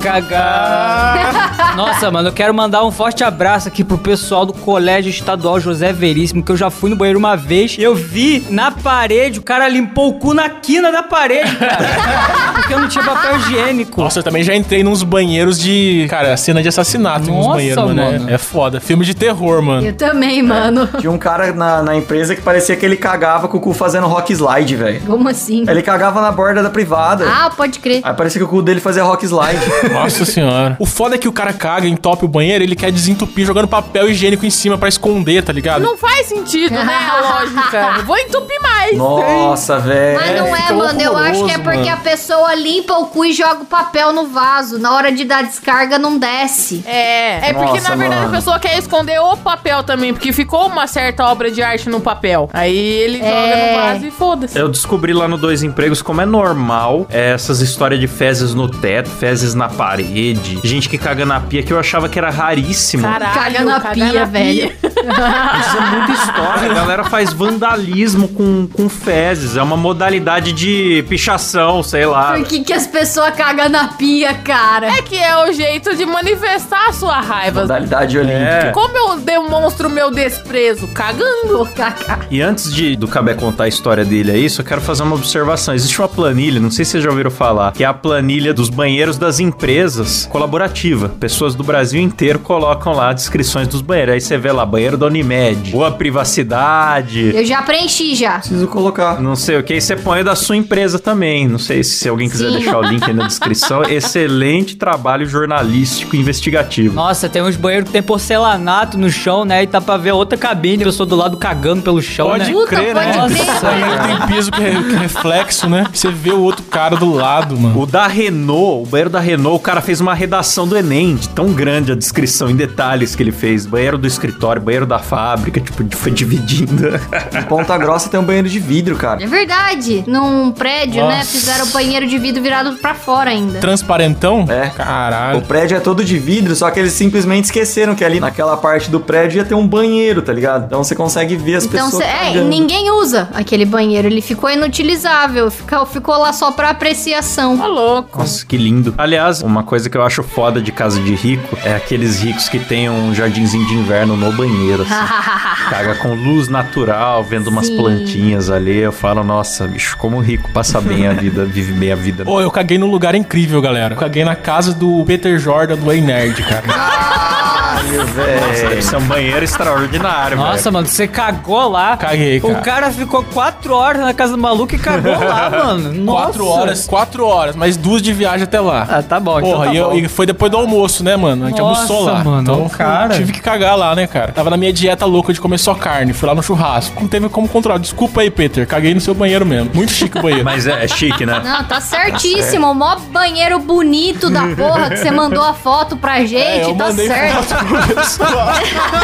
[SPEAKER 7] cagar. Nossa, mano, eu quero mandar um forte abraço aqui pro pessoal do Colégio Estadual José Veríssimo, que eu já fui no banheiro uma vez. Eu vi na parede, o cara limpou o cu na quina da parede, cara. Porque eu não tinha papel higiênico.
[SPEAKER 2] Nossa, eu também já entrei nos banheiros de... Cara, cena de assassinato nos
[SPEAKER 7] Nossa,
[SPEAKER 2] banheiros,
[SPEAKER 7] mano.
[SPEAKER 2] né? É foda. Filme de terror, mano.
[SPEAKER 3] Eu também, mano.
[SPEAKER 6] Tinha um cara na empresa que parecia que ele cagava com o cu fazendo rock slide, velho.
[SPEAKER 3] Como assim?
[SPEAKER 6] Ele cagava na borda da privada.
[SPEAKER 3] Ah, pode crer.
[SPEAKER 6] Aí parecia que o cu dele fazia rock slide.
[SPEAKER 2] Nossa senhora. O foda é que o cara caga, entope o banheiro, ele quer desentupir jogando papel higiênico em cima pra esconder, tá ligado?
[SPEAKER 4] Não faz sentido, né? A lógica. Eu vou entupir mais.
[SPEAKER 6] Nossa, velho.
[SPEAKER 3] Mas não é,
[SPEAKER 2] fica
[SPEAKER 3] mano. Eu acho que é
[SPEAKER 2] horroroso,
[SPEAKER 3] porque
[SPEAKER 2] mano.
[SPEAKER 3] a pessoa limpa o cu e joga o papel no vaso. Na hora de dar descarga, não desce.
[SPEAKER 4] É porque
[SPEAKER 6] Nossa,
[SPEAKER 4] na verdade
[SPEAKER 6] mano.
[SPEAKER 4] a pessoa quer esconder o papel também, porque ficou uma certa obra de arte no papel. Aí ele joga no vaso e foda-se.
[SPEAKER 1] Eu descobri lá no Dois Empregos como é normal essas histórias de fezes no teto, fezes na parede, gente que caga na pia, que eu achava que era raríssimo.
[SPEAKER 4] Caralho,
[SPEAKER 3] Caga na pia, velho.
[SPEAKER 1] Isso é muita história. A galera faz vandalismo com fezes. É uma modalidade de pichação, sei lá.
[SPEAKER 3] Por que as pessoas cagam na pia, cara?
[SPEAKER 4] É que é o jeito de manifestar a sua raiva.
[SPEAKER 6] Modalidade olímpica.
[SPEAKER 4] Como eu demonstro meu desprezo? Cagando.
[SPEAKER 1] E antes do Cabé contar a história dele aí, só quero fazer uma observação. Existe uma planilha, não sei se vocês já ouviram falar, que é a planilha dos banheiros das empresas colaborativa. Pessoas do Brasil inteiro colocam lá descrições dos banheiros. Aí você vê lá, banheiro da Unimed, ou a privacidade,
[SPEAKER 3] Eu já preenchi, já.
[SPEAKER 6] Preciso colocar.
[SPEAKER 1] não sei o que. Aí você põe o da sua empresa também. Não sei se alguém quiser
[SPEAKER 3] Sim.
[SPEAKER 1] deixar o link aí na descrição. Excelente trabalho jornalístico e investigativo.
[SPEAKER 7] Nossa, tem uns banheiros que tem porcelanato no chão, né? E tá pra ver outra cabine, a pessoa do lado cagando pelo chão,
[SPEAKER 2] Pode
[SPEAKER 7] né?
[SPEAKER 3] Puta,
[SPEAKER 2] crer, né?
[SPEAKER 3] pode crer.
[SPEAKER 7] Nossa,
[SPEAKER 2] Banheiro tem piso que reflexo, né? Você vê o outro cara do lado, mano.
[SPEAKER 1] O da Renault, o banheiro da Renault, o cara fez uma redação do Enem, de tão grande a descrição em detalhes que ele fez. Banheiro do escritório, banheiro da fábrica, tipo, foi dividindo.
[SPEAKER 6] Em Ponta Grossa tem um banheiro de vidro, cara.
[SPEAKER 3] É verdade. Num prédio, né?
[SPEAKER 2] Nossa.
[SPEAKER 3] Fizeram o banheiro de vidro virado pra fora ainda.
[SPEAKER 2] Transparentão?
[SPEAKER 6] É.
[SPEAKER 2] Caralho.
[SPEAKER 6] O prédio é todo de vidro, só que eles simplesmente esqueceram que ali naquela parte do prédio ia ter um banheiro, tá ligado? Então você consegue ver as
[SPEAKER 3] Então,
[SPEAKER 6] pessoas cagando.
[SPEAKER 3] ninguém usa aquele banheiro. Ele ficou inutilizável. Ficou lá só pra apreciação.
[SPEAKER 4] Tá louco.
[SPEAKER 1] Nossa, que lindo. Aliás, uma coisa que eu acho foda de casa de rico é aqueles ricos que tem um jardinzinho de inverno no banheiro, assim. Caga com luz natural, vendo umas
[SPEAKER 3] Sim.
[SPEAKER 1] plantinhas ali. Eu falo, nossa, bicho, como o rico passa bem a vida, vive bem a vida.
[SPEAKER 2] Pô, eu caguei num lugar incrível, galera. Eu caguei na casa do Peter Jordan do Ei Nerd, cara.
[SPEAKER 6] Caralho,
[SPEAKER 1] Nossa,
[SPEAKER 6] velho.
[SPEAKER 1] deve ser um banheiro extraordinário,
[SPEAKER 7] Nossa, mano, você cagou lá.
[SPEAKER 2] Caguei, cara.
[SPEAKER 7] O cara ficou 4 horas na casa do maluco e cagou lá, mano. Nossa.
[SPEAKER 2] 4 horas, mas 2 de viagem até lá.
[SPEAKER 7] Ah, tá bom.
[SPEAKER 2] Porra,
[SPEAKER 7] então tá bom.
[SPEAKER 2] e foi depois do almoço, né, mano? A gente
[SPEAKER 7] Nossa,
[SPEAKER 2] almoçou lá.
[SPEAKER 7] mano,
[SPEAKER 2] Então,
[SPEAKER 7] cara.
[SPEAKER 2] tive que cagar lá, né, cara? Tava na minha dieta louca de comer só carne. Fui lá no churrasco. Não teve como controlar. Desculpa aí, Peter. Caguei no seu banheiro mesmo. Muito chique o banheiro.
[SPEAKER 1] Mas é chique, né?
[SPEAKER 3] Não, tá certíssimo. O mó banheiro bonito da porra que você mandou a foto pra gente.
[SPEAKER 2] eu
[SPEAKER 3] Tá
[SPEAKER 2] mandei
[SPEAKER 3] certo.
[SPEAKER 2] foto pro pessoal.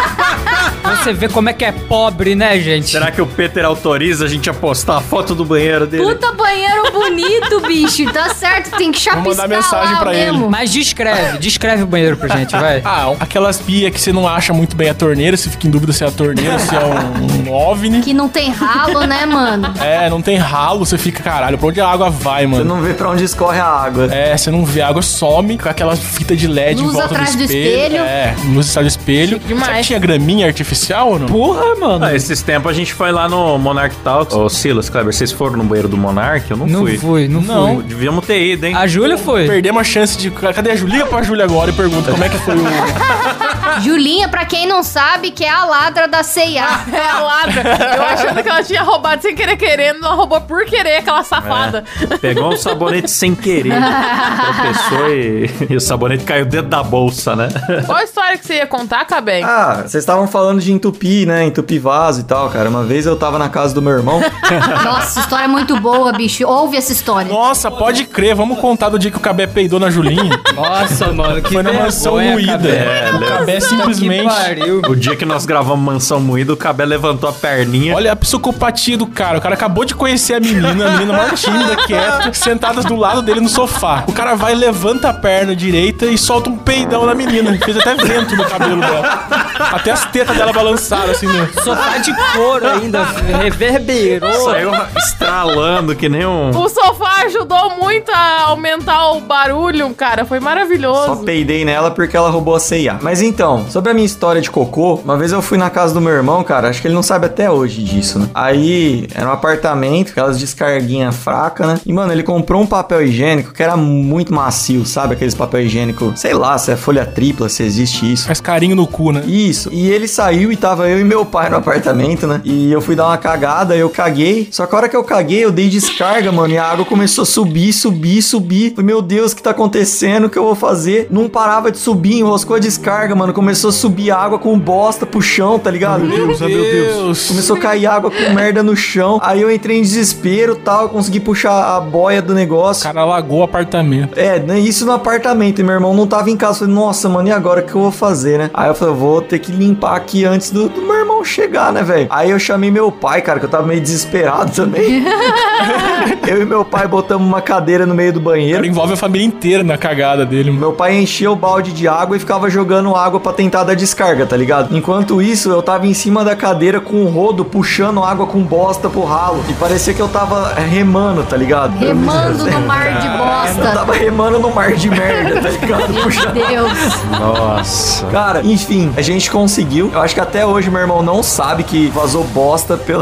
[SPEAKER 7] Você vê como é que é pobre, né, gente?
[SPEAKER 1] Será que o Peter autoriza a gente a postar a foto do banheiro dele?
[SPEAKER 3] Puta banheiro bonito, bicho. Tá certo, tem que chapiscar
[SPEAKER 2] mandar mensagem
[SPEAKER 3] lá
[SPEAKER 2] pra ele.
[SPEAKER 3] mesmo.
[SPEAKER 7] Mas descreve o banheiro pra gente, vai.
[SPEAKER 2] Ah, aquelas pias que você não acha muito bem a torneira, você fica em dúvida se é a torneira, se é um OVNI.
[SPEAKER 3] Que não tem ralo, né, mano?
[SPEAKER 2] É, não tem ralo, você fica, caralho, pra onde a água vai,
[SPEAKER 6] Você
[SPEAKER 2] mano?
[SPEAKER 6] não vê pra onde escorre a água.
[SPEAKER 2] É, você não vê, a água some com aquela fita de LED
[SPEAKER 3] Luz
[SPEAKER 2] em volta
[SPEAKER 3] atrás
[SPEAKER 2] do
[SPEAKER 3] do
[SPEAKER 2] espelho.
[SPEAKER 3] espelho.
[SPEAKER 2] É, luz atrás do espelho.
[SPEAKER 4] Chique demais.
[SPEAKER 2] Será que tinha graminha artificial ou não?
[SPEAKER 7] Porra, mano.
[SPEAKER 1] Ah, esses tempos a gente foi lá no Monarch Talks. Ô, Silas, Kleber, vocês foram no banheiro do Monarch? Eu não
[SPEAKER 7] Não
[SPEAKER 1] fui.
[SPEAKER 7] fui.
[SPEAKER 1] Devíamos ter ido, hein?
[SPEAKER 7] A Júlia foi.
[SPEAKER 2] Perdemos a chance de... Cadê a Júlia? Liga pra Júlia agora e pergunta como é que foi o...
[SPEAKER 3] Julinha, pra quem não sabe, que é a ladra da C&A.
[SPEAKER 4] É a ladra. Eu achando que ela tinha roubado sem querer querendo, ela roubou por querer, aquela safada.
[SPEAKER 1] Pegou um sabonete sem querer. Tropeçou e o sabonete caiu dentro da bolsa, né?
[SPEAKER 4] Qual a história que você ia contar, Cabem?
[SPEAKER 6] Ah, vocês estavam falando de entupir, né? Entupir vaso e tal, cara. Uma vez eu tava na casa do meu irmão.
[SPEAKER 3] Nossa, história é muito boa, bicho. Ouve essa história.
[SPEAKER 2] Nossa, pode crer. Vamos contar do dia que o Cabé peidou na Julinha.
[SPEAKER 7] Nossa, mano, que
[SPEAKER 2] Foi na mansão
[SPEAKER 7] vergonha,
[SPEAKER 2] moída.
[SPEAKER 7] Cabé.
[SPEAKER 2] O Cabé É simplesmente...
[SPEAKER 7] pariu.
[SPEAKER 1] O dia que nós gravamos Mansão Moída, o Cabé levantou a perninha.
[SPEAKER 2] Olha a psicopatia do cara. O cara acabou de conhecer a menina maior tímida, quieta, sentada do lado dele no sofá. O cara vai, levanta a perna direita e solta um peidão na menina. Fez até vento no cabelo dela. Até as tetas dela balançaram, assim, né?
[SPEAKER 7] Sofá de couro ainda, reverberou.
[SPEAKER 1] Saiu estralando que nem um...
[SPEAKER 4] O sofá ajudou muito a aumentar o barulho, cara. Foi maravilhoso.
[SPEAKER 6] Só peidei nela porque ela roubou a C&A. Mas então, sobre a minha história de cocô, uma vez eu fui na casa do meu irmão, cara, acho que ele não sabe até hoje disso, né? Aí, era um apartamento, aquelas descarguinhas fracas, né? E, mano, ele comprou um papel higiênico que era muito macio, sabe? Aqueles papel higiênico, sei lá, se é folha tripla, se existe isso.
[SPEAKER 2] Faz carinho no cu, né?
[SPEAKER 6] Isso. E ele saiu e tava eu e meu pai no apartamento, né? E eu fui dar uma cagada, eu caguei. Só que a hora que eu caguei, eu dei descarga, mano, e a água começou a subir. Falei, meu Deus, o que tá acontecendo? O que eu vou fazer? Não parava de subir, enroscou a descarga, mano. Começou a subir água com bosta pro chão, tá ligado?
[SPEAKER 2] Meu Deus.
[SPEAKER 6] Começou a cair água com merda no chão. Aí eu entrei em desespero e tal. Consegui puxar a boia do negócio.
[SPEAKER 2] O cara alagou o apartamento.
[SPEAKER 6] É, isso no apartamento. E meu irmão não tava em casa. Falei, nossa, mano, e agora o que eu vou fazer, né? Aí eu falei, vou ter que limpar aqui antes do meu irmão chegar, né, velho? Aí eu chamei meu pai, cara, que eu tava meio desesperado também. Eu e meu pai botamos uma cadeira no meio do banheiro.
[SPEAKER 2] Cara, envolve a família inteira na cagada dele.
[SPEAKER 6] Meu pai enchia o balde de água e ficava jogando água pra tentar dar descarga, tá ligado? Enquanto isso, eu tava em cima da cadeira com o rodo, puxando água com bosta pro ralo. E parecia que eu tava remando, tá ligado?
[SPEAKER 3] Remando no mar de
[SPEAKER 6] Eu
[SPEAKER 3] bosta.
[SPEAKER 6] tava remando no mar de merda, tá ligado?
[SPEAKER 3] Meu Deus.
[SPEAKER 1] Nossa.
[SPEAKER 6] Cara, enfim, a gente conseguiu. Eu acho que até hoje meu irmão não sabe que vazou bosta pelo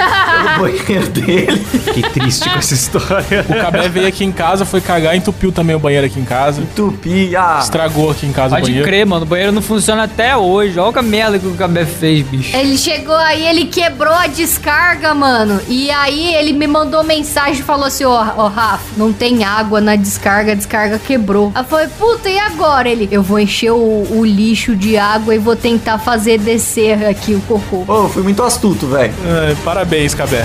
[SPEAKER 6] banheiro dele.
[SPEAKER 1] Que triste com essa história.
[SPEAKER 2] O Cabé veio aqui em casa, foi cagar, entupiu também o banheiro aqui em casa.
[SPEAKER 6] Entupi,
[SPEAKER 2] Estragou aqui em casa o
[SPEAKER 7] Pode
[SPEAKER 2] banheiro.
[SPEAKER 7] crer, mano. O banheiro não funciona até hoje. Olha a merda que o Cabé fez, bicho.
[SPEAKER 3] Ele chegou aí, ele quebrou a descarga, mano. E aí ele me mandou mensagem e falou assim, ó, Rafa, não tem água na descarga, a descarga quebrou. Aí eu falei, puta, e agora? Ele, eu vou encher o lixo de água e vou tentar fazer descer aqui o cocô.
[SPEAKER 6] Ô, fui muito astuto, velho.
[SPEAKER 2] Parabéns, Cabé.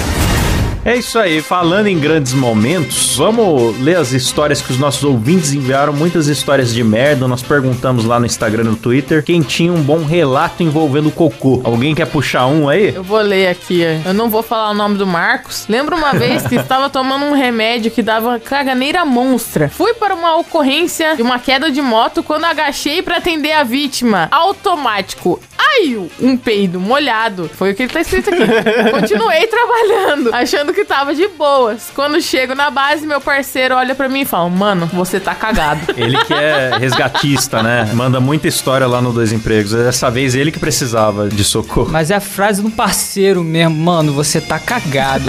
[SPEAKER 1] É isso aí, falando em grandes momentos, vamos ler as histórias que os nossos ouvintes enviaram, muitas histórias de merda. Nós perguntamos lá no Instagram e no Twitter quem tinha um bom relato envolvendo cocô. Alguém quer puxar um aí?
[SPEAKER 4] Eu vou ler aqui, eu não vou falar o nome do Marcos. Lembro uma vez que estava tomando um remédio que dava caganeira monstra. Fui para uma ocorrência de uma queda de moto quando agachei para atender a vítima. Automático. Ai, um peido molhado. Foi o que ele tá escrito aqui. Continuei trabalhando, achando que tava de boas. Quando chego na base, meu parceiro olha pra mim e fala, mano, você tá cagado.
[SPEAKER 1] Ele que é resgatista, né? Manda muita história lá no Dois Empregos. Dessa vez ele que precisava de socorro.
[SPEAKER 7] Mas é a frase do parceiro mesmo. Mano, você tá cagado.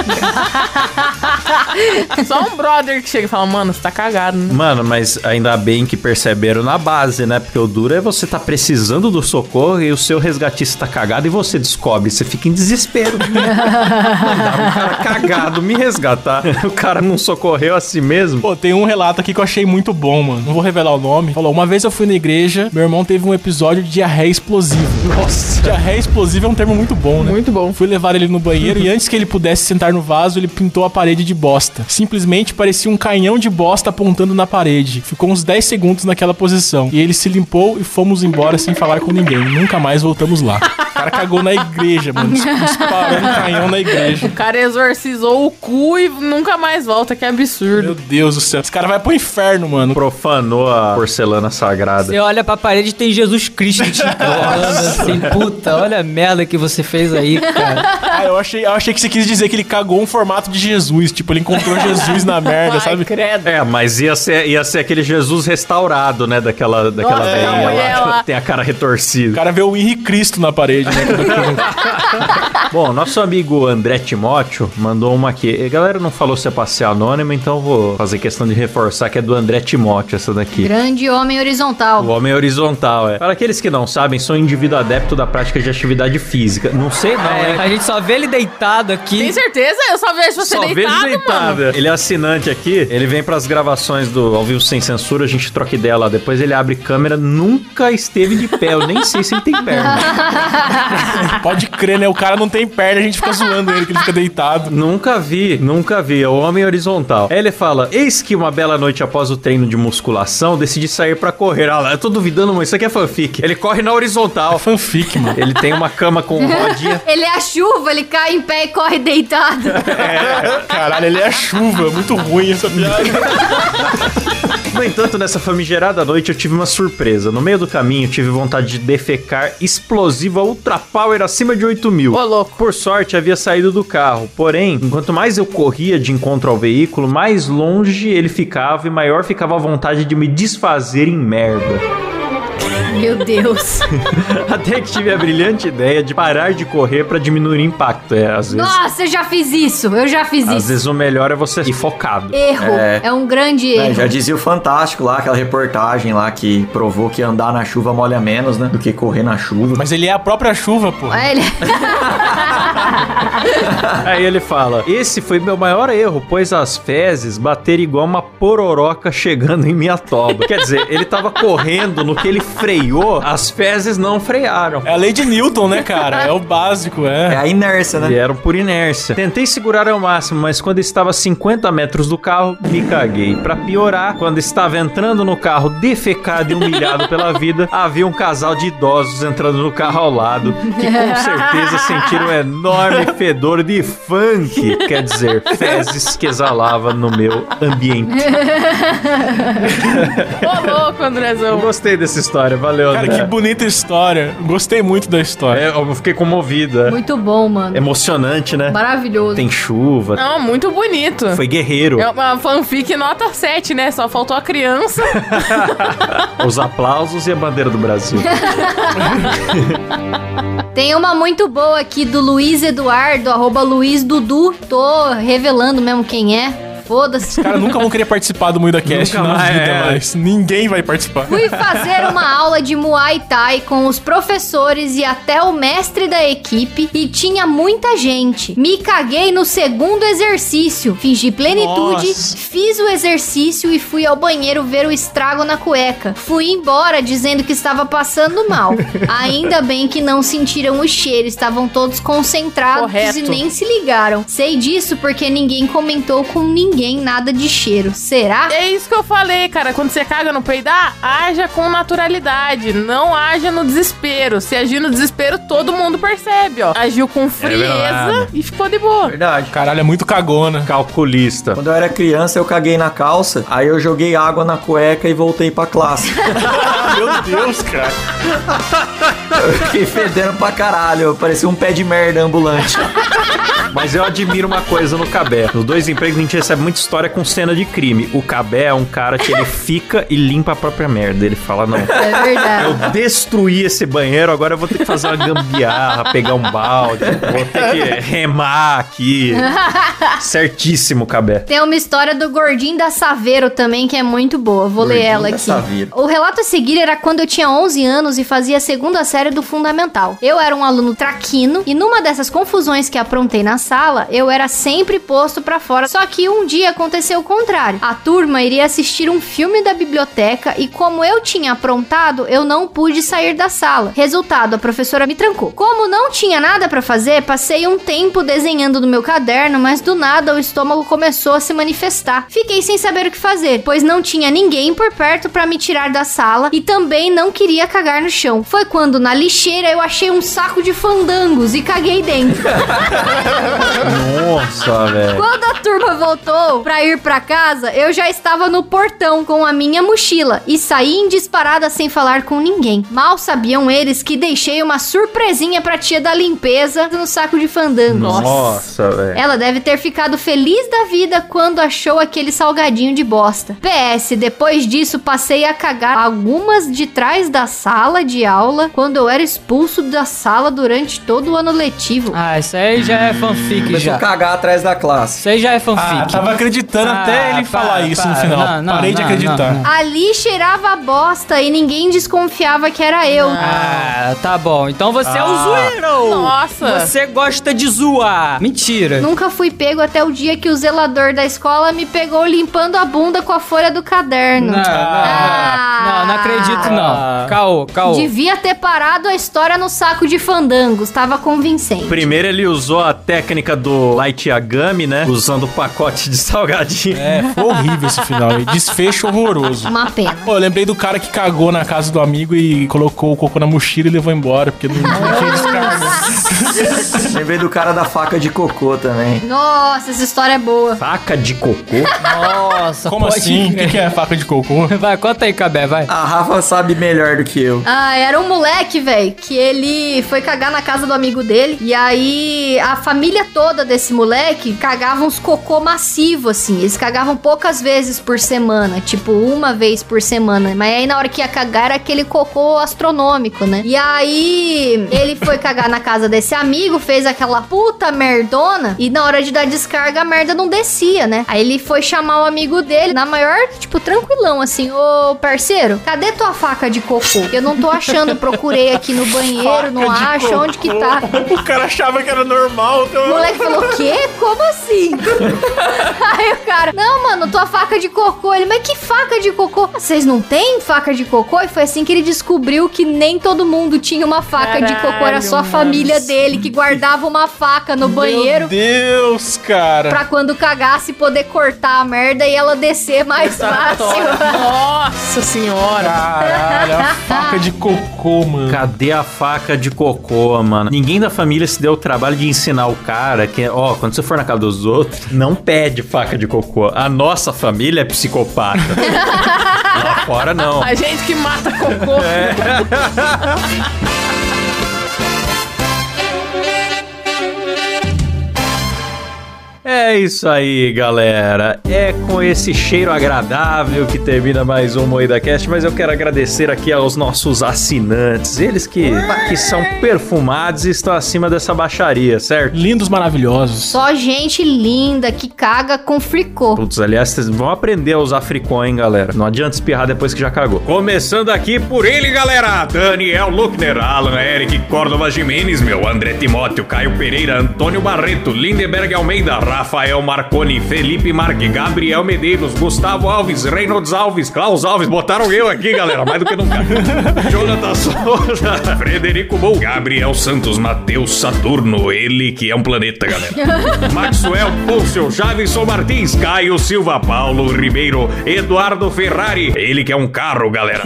[SPEAKER 4] Só um brother que chega e fala, mano, você tá cagado, né?
[SPEAKER 1] Mano, mas ainda bem que perceberam na base, né? Porque o duro é você tá precisando do socorro e o seu resgatista tá cagado e você descobre. Você fica em desespero. Mandaram um cara cagado me resgatar. O cara não socorreu a si mesmo.
[SPEAKER 2] Pô, tem um relato aqui que eu achei muito bom, mano. Não vou revelar o nome. Falou, uma vez eu fui na igreja, meu irmão teve um episódio de diarreia explosiva.
[SPEAKER 1] Nossa.
[SPEAKER 2] Diarreia explosiva é um termo muito bom, né?
[SPEAKER 4] Muito bom.
[SPEAKER 2] Fui levar ele no banheiro e antes que ele pudesse sentar no vaso, ele pintou a parede de bosta. Simplesmente parecia um canhão de bosta apontando na parede. Ficou uns 10 segundos naquela posição. E ele se limpou e fomos embora sem falar com ninguém. Nunca mais voltamos lá. O cara cagou na igreja, mano. Disparou um canhão na igreja.
[SPEAKER 4] O cara exorcizou o cu e nunca mais volta, que absurdo.
[SPEAKER 2] Meu Deus do céu. Esse cara vai pro inferno, mano.
[SPEAKER 1] Profanou a porcelana sagrada.
[SPEAKER 7] Você olha pra parede e tem Jesus Cristo te entrando assim. Puta, olha a merda que você fez aí, cara.
[SPEAKER 2] Ah, eu achei que você quis dizer que ele cagou um formato de Jesus. Tipo, ele encontrou Jesus na merda,
[SPEAKER 4] Ai,
[SPEAKER 2] sabe?
[SPEAKER 4] credo.
[SPEAKER 1] É, mas ia ser aquele Jesus restaurado, né? Daquela
[SPEAKER 4] Nossa,
[SPEAKER 1] velhinha
[SPEAKER 4] a mulher lá.
[SPEAKER 1] Tem a cara retorcida.
[SPEAKER 2] O cara vê o Henrique Cristo na parede, né?
[SPEAKER 1] Bom, nosso amigo André Timóteo mandou uma aqui. A galera não falou se é pra ser anônimo, então eu vou fazer questão de reforçar que é do André Timóteo essa daqui.
[SPEAKER 3] Grande homem horizontal.
[SPEAKER 1] O homem horizontal, é. Para aqueles que não sabem, sou um indivíduo adepto da prática de atividade física. Não sei não, hein?
[SPEAKER 7] A gente só vê vê ele deitado aqui.
[SPEAKER 4] Tem certeza? Eu só vejo você
[SPEAKER 1] Só
[SPEAKER 4] deitado,
[SPEAKER 1] vejo deitado.
[SPEAKER 4] mano.
[SPEAKER 1] Ele é assinante aqui, ele vem pras gravações do Ao Vivo Sem Censura, a gente troca ideia lá. Depois ele abre câmera, nunca esteve de pé. Eu nem sei se ele tem perna.
[SPEAKER 2] Pode crer, né? O cara não tem perna, a gente fica zoando ele que ele fica deitado.
[SPEAKER 1] Nunca vi. É o homem horizontal. Aí ele fala, eis que uma bela noite após o treino de musculação, decidi sair pra correr. Ah lá, eu tô duvidando, mas isso aqui é fanfic. Ele corre na horizontal.
[SPEAKER 2] Fanfic, mano.
[SPEAKER 1] Ele tem uma cama com rodinha.
[SPEAKER 3] Ele é a chuva, ele cai em pé e corre deitado.
[SPEAKER 2] Caralho, ele é a chuva. Muito ruim essa piada.
[SPEAKER 1] No entanto, nessa famigerada noite eu tive uma surpresa. No meio do caminho, tive vontade de defecar explosiva Ultra Power acima de 8.000.
[SPEAKER 4] Ô, louco.
[SPEAKER 1] Por sorte, havia saído do carro. Porém, enquanto mais eu corria de encontro ao veículo, mais longe ele ficava e maior ficava a vontade de me desfazer em merda.
[SPEAKER 3] Meu Deus.
[SPEAKER 1] Até que tive a brilhante ideia de parar de correr pra diminuir o impacto. Às vezes...
[SPEAKER 3] Nossa, eu já fiz isso.
[SPEAKER 1] Às vezes o melhor é você ir focado.
[SPEAKER 3] Erro. É um grande erro.
[SPEAKER 6] Já dizia o Fantástico lá, aquela reportagem lá que provou que andar na chuva molha menos, né? Do que correr na chuva.
[SPEAKER 2] Mas ele é a própria chuva, pô.
[SPEAKER 3] Ele...
[SPEAKER 1] Aí ele fala, esse foi meu maior erro, pois as fezes bateram igual uma pororoca chegando em minha toba. Quer dizer, ele tava correndo, no que ele freou, as fezes não frearam.
[SPEAKER 2] É a lei de Newton, né, cara? É o básico,
[SPEAKER 6] É a inércia, né?
[SPEAKER 1] Vieram por inércia. Tentei segurar ao máximo, mas quando estava a 50 metros do carro, me caguei. Pra piorar, quando estava entrando no carro defecado e humilhado pela vida, havia um casal de idosos entrando no carro ao lado, que com certeza sentiram um enorme fedor de funk, quer dizer, fezes que exalava no meu ambiente.
[SPEAKER 4] Ô, louco, Andrezão.
[SPEAKER 1] Eu gostei dessa história, valeu,
[SPEAKER 2] Cara,
[SPEAKER 1] André.
[SPEAKER 2] que bonita história. Gostei muito da história.
[SPEAKER 1] Eu fiquei comovido.
[SPEAKER 3] Muito bom, mano.
[SPEAKER 1] Emocionante, né?
[SPEAKER 3] Maravilhoso.
[SPEAKER 1] Tem chuva.
[SPEAKER 4] Não, muito bonito.
[SPEAKER 1] Foi guerreiro.
[SPEAKER 4] É uma fanfic nota 7, né? Só faltou a criança.
[SPEAKER 1] Os aplausos e a bandeira do Brasil.
[SPEAKER 3] Tem uma muito boa aqui do Luiz Eduardo, @LuizDudu. Tô revelando mesmo quem é. Foda-se.
[SPEAKER 2] Os caras nunca vão querer participar do MuidaCast
[SPEAKER 1] Nunca
[SPEAKER 2] na
[SPEAKER 1] mais,
[SPEAKER 2] vida, mas ninguém vai participar.
[SPEAKER 3] Fui fazer uma aula de Muay Thai com os professores e até o mestre da equipe e tinha muita gente. Me caguei no segundo exercício. Fingi plenitude,
[SPEAKER 2] Nossa.
[SPEAKER 3] fiz o exercício e fui ao banheiro ver o estrago na cueca. Fui embora dizendo que estava passando mal. Ainda bem que não sentiram o cheiro, estavam todos concentrados
[SPEAKER 4] Correto.
[SPEAKER 3] e nem se ligaram. Sei disso porque ninguém comentou com ninguém nada de cheiro. Será?
[SPEAKER 4] É isso que eu falei, cara. Quando você caga no peidar, haja com naturalidade. Não haja no desespero. Se agir no desespero, todo mundo percebe, ó. Agiu com frieza
[SPEAKER 1] verdade.
[SPEAKER 4] e ficou de boa.
[SPEAKER 6] Verdade.
[SPEAKER 2] Caralho, é muito cagona.
[SPEAKER 1] Calculista.
[SPEAKER 6] Quando eu era criança, eu caguei na calça, aí eu joguei água na cueca e voltei pra classe.
[SPEAKER 2] Meu Deus, cara.
[SPEAKER 6] Eu fiquei fedendo pra caralho, eu parecia um pé de merda ambulante.
[SPEAKER 1] Mas eu admiro uma coisa no Cabé. Nos dois empregos a gente recebe muita história com cena de crime. O Cabé é um cara que ele fica e limpa a própria merda. Ele fala, não,
[SPEAKER 3] É verdade.
[SPEAKER 1] eu destruí esse banheiro, agora eu vou ter que fazer uma gambiarra, pegar um balde, vou ter que remar aqui. Certíssimo, Cabé.
[SPEAKER 3] Tem uma história do Gordinho da Saveiro também, que é muito boa. Vou ler
[SPEAKER 6] Gordinho
[SPEAKER 3] ela
[SPEAKER 6] da
[SPEAKER 3] aqui.
[SPEAKER 6] Saveiro.
[SPEAKER 3] O relato a seguir era quando eu tinha 11 anos e fazia a segunda série do Fundamental. Eu era um aluno traquino e numa dessas confusões que aprontei na sala, eu era sempre posto pra fora. Só que um dia aconteceu o contrário. A turma iria assistir um filme da biblioteca e como eu tinha aprontado, eu não pude sair da sala. Resultado, a professora me trancou. Como não tinha nada pra fazer, passei um tempo desenhando no meu caderno, mas do nada o estômago começou a se manifestar. Fiquei sem saber o que fazer, pois não tinha ninguém por perto pra me tirar da sala e também não queria cagar no chão. Foi quando na lixeira eu achei um saco de fandangos e caguei dentro.
[SPEAKER 1] Nossa, velho.
[SPEAKER 3] Quando a turma voltou pra ir pra casa, eu já estava no portão com a minha mochila e saí em disparada sem falar com ninguém. Mal sabiam eles que deixei uma surpresinha pra tia da limpeza no saco de fandangos.
[SPEAKER 1] Nossa, velho.
[SPEAKER 3] Ela deve ter ficado feliz da vida quando achou aquele salgadinho de bosta. PS, depois disso passei a cagar algumas de trás da sala de aula quando eu era expulso da sala durante todo o ano letivo.
[SPEAKER 7] Ah, isso aí já é fanfic
[SPEAKER 6] Começou
[SPEAKER 7] já.
[SPEAKER 6] a cagar atrás da classe.
[SPEAKER 7] Isso aí já é fanfic.
[SPEAKER 2] Tava tava acreditando até ele falar isso no final. Parei de acreditar.
[SPEAKER 3] Ali cheirava bosta e ninguém desconfiava que era eu.
[SPEAKER 7] Ah, tá bom. Então você é um zoeiro.
[SPEAKER 4] Nossa.
[SPEAKER 7] Você gosta de zoar. Mentira.
[SPEAKER 3] Nunca fui pego até o dia que o zelador da escola me pegou limpando a bunda com a folha do caderno.
[SPEAKER 7] Não acredito não. Caô.
[SPEAKER 3] Devia ter parado a história no saco de fandangos. Tava convincente.
[SPEAKER 1] Primeiro ele usou a técnica do Light Yagami, né? Usando o pacote de salgadinho.
[SPEAKER 2] Foi horrível esse final. Desfecho horroroso.
[SPEAKER 3] Uma pena.
[SPEAKER 2] Pô, eu lembrei do cara que cagou na casa do amigo e colocou o cocô na mochila e levou embora, porque não tinha descarga.
[SPEAKER 6] Lembrei do cara da faca de cocô também.
[SPEAKER 3] Nossa, essa história é boa.
[SPEAKER 1] Faca de cocô?
[SPEAKER 7] Nossa,
[SPEAKER 2] Como assim? O que é faca de cocô?
[SPEAKER 7] Vai, conta aí, Cabé, vai.
[SPEAKER 6] A Rafa sabe melhor do que eu.
[SPEAKER 3] Era um moleque, velho, que ele foi cagar na casa do amigo dele. E aí, a família toda desse moleque cagava uns cocô massivo, assim. Eles cagavam poucas vezes por semana. Tipo, uma vez por semana. Mas aí, na hora que ia cagar, era aquele cocô astronômico, né? E aí, ele foi cagar na casa desse amigo, fez aquela puta merdona. E na hora de dar descarga, a merda não descia, né? Aí ele foi chamar o amigo dele, na maior, tipo, tranquilão, assim. Ô, parceiro, cadê tua faca de cocô? Eu não tô achando, procurei aqui no banheiro, não acho, onde que tá?
[SPEAKER 2] O cara achava que era normal. Então...
[SPEAKER 3] O moleque falou, o quê? Como assim? Aí o cara, não, mano, tua faca de cocô. Ele, mas que faca de cocô? Vocês não têm faca de cocô? E foi assim que ele descobriu que nem todo mundo tinha uma faca de cocô. Era só a família dele que guardava uma faca no banheiro.
[SPEAKER 2] Meu Deus, cara.
[SPEAKER 3] Pra quando cagasse poder cortar a merda e ela descer mais fácil.
[SPEAKER 4] Nossa senhora.
[SPEAKER 2] Caralho, a faca de cocô, mano.
[SPEAKER 1] Cadê a faca de cocô, mano? Ninguém da família se deu o trabalho de ensinar o cara que, quando você for na casa dos outros, não pede faca de cocô. A nossa família é psicopata. Lá fora, não.
[SPEAKER 4] A gente que mata cocô.
[SPEAKER 1] É isso aí, galera. É com esse cheiro agradável que termina mais um Moída Cast, mas eu quero agradecer aqui aos nossos assinantes, eles que são perfumados e estão acima dessa baixaria, certo?
[SPEAKER 2] Lindos, maravilhosos.
[SPEAKER 3] Só gente linda que caga com fricô.
[SPEAKER 1] Putz, aliás, vocês vão aprender a usar fricô, hein, galera? Não adianta espirrar depois que já cagou. Começando aqui por ele, galera. Daniel Luckner, Alan Eric, Córdova Jimenez, André Timóteo, Caio Pereira, Antônio Barreto, Lindenberg Almeida, Rafael Marconi, Felipe Marque, Gabriel Medeiros, Gustavo Alves, Reynolds Alves, Klaus Alves, botaram eu aqui, galera, mais do que nunca. Jonathan Souza, Frederico Bou, Gabriel Santos, Matheus Saturno, ele que é um planeta, galera. Maxwell Púlcio, Javison Martins, Caio Silva, Paulo Ribeiro, Eduardo Ferrari, ele que é um carro, galera.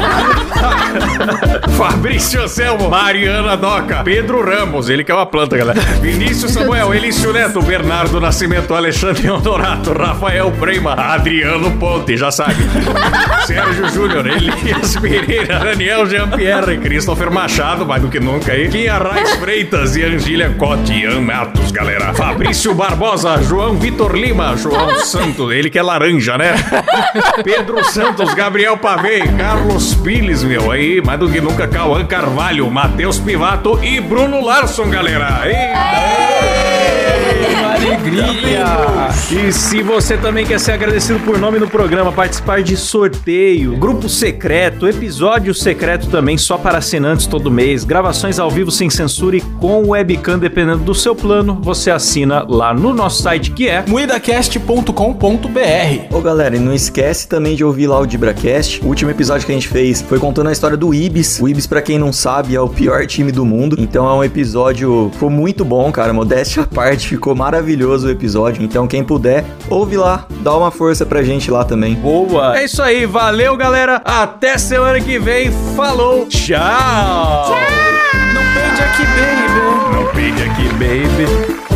[SPEAKER 1] Fabrício Selmo, Mariana Doca, Pedro Ramos, ele que é uma planta, galera. Vinícius Samuel, Elício Neto, Bernardo Nascimento, Alexandre Honorato, Rafael Prema, Adriano Ponte, já sabe. Sérgio Júnior, Elias Pereira, Daniel Jean-Pierre, Christopher Machado, mais do que nunca aí. Quinha Raiz Freitas e Angília Cote, Ian Matos, galera. Fabrício Barbosa, João Vitor Lima, João Santos, ele que é laranja, né? Pedro Santos, Gabriel Pavei, Carlos Piles, aí, mais do que nunca, Cauã Carvalho, Matheus Pivato e Bruno Larson, galera.
[SPEAKER 7] Alegria!
[SPEAKER 1] E se você também quer ser agradecido por nome no programa, participar de sorteio, grupo secreto, episódio secreto também só para assinantes todo mês, gravações ao vivo sem censura e com webcam dependendo do seu plano, você assina lá no nosso site que é
[SPEAKER 2] moidacast.com.br.
[SPEAKER 6] Ô galera, e não esquece também de ouvir lá o DibraCast. O último episódio que a gente fez foi contando a história do Ibis. O Ibis, pra quem não sabe, é o pior time do mundo. Então é um episódio, ficou muito bom, cara, modéstia à parte, ficou maravilhoso o episódio. Então quem puder, ouve lá, dá uma força pra gente lá também.
[SPEAKER 1] Boa! É isso aí, valeu galera, até semana que vem, falou, tchau!
[SPEAKER 2] Não perde aqui, baby.
[SPEAKER 1] Não perde aqui, baby.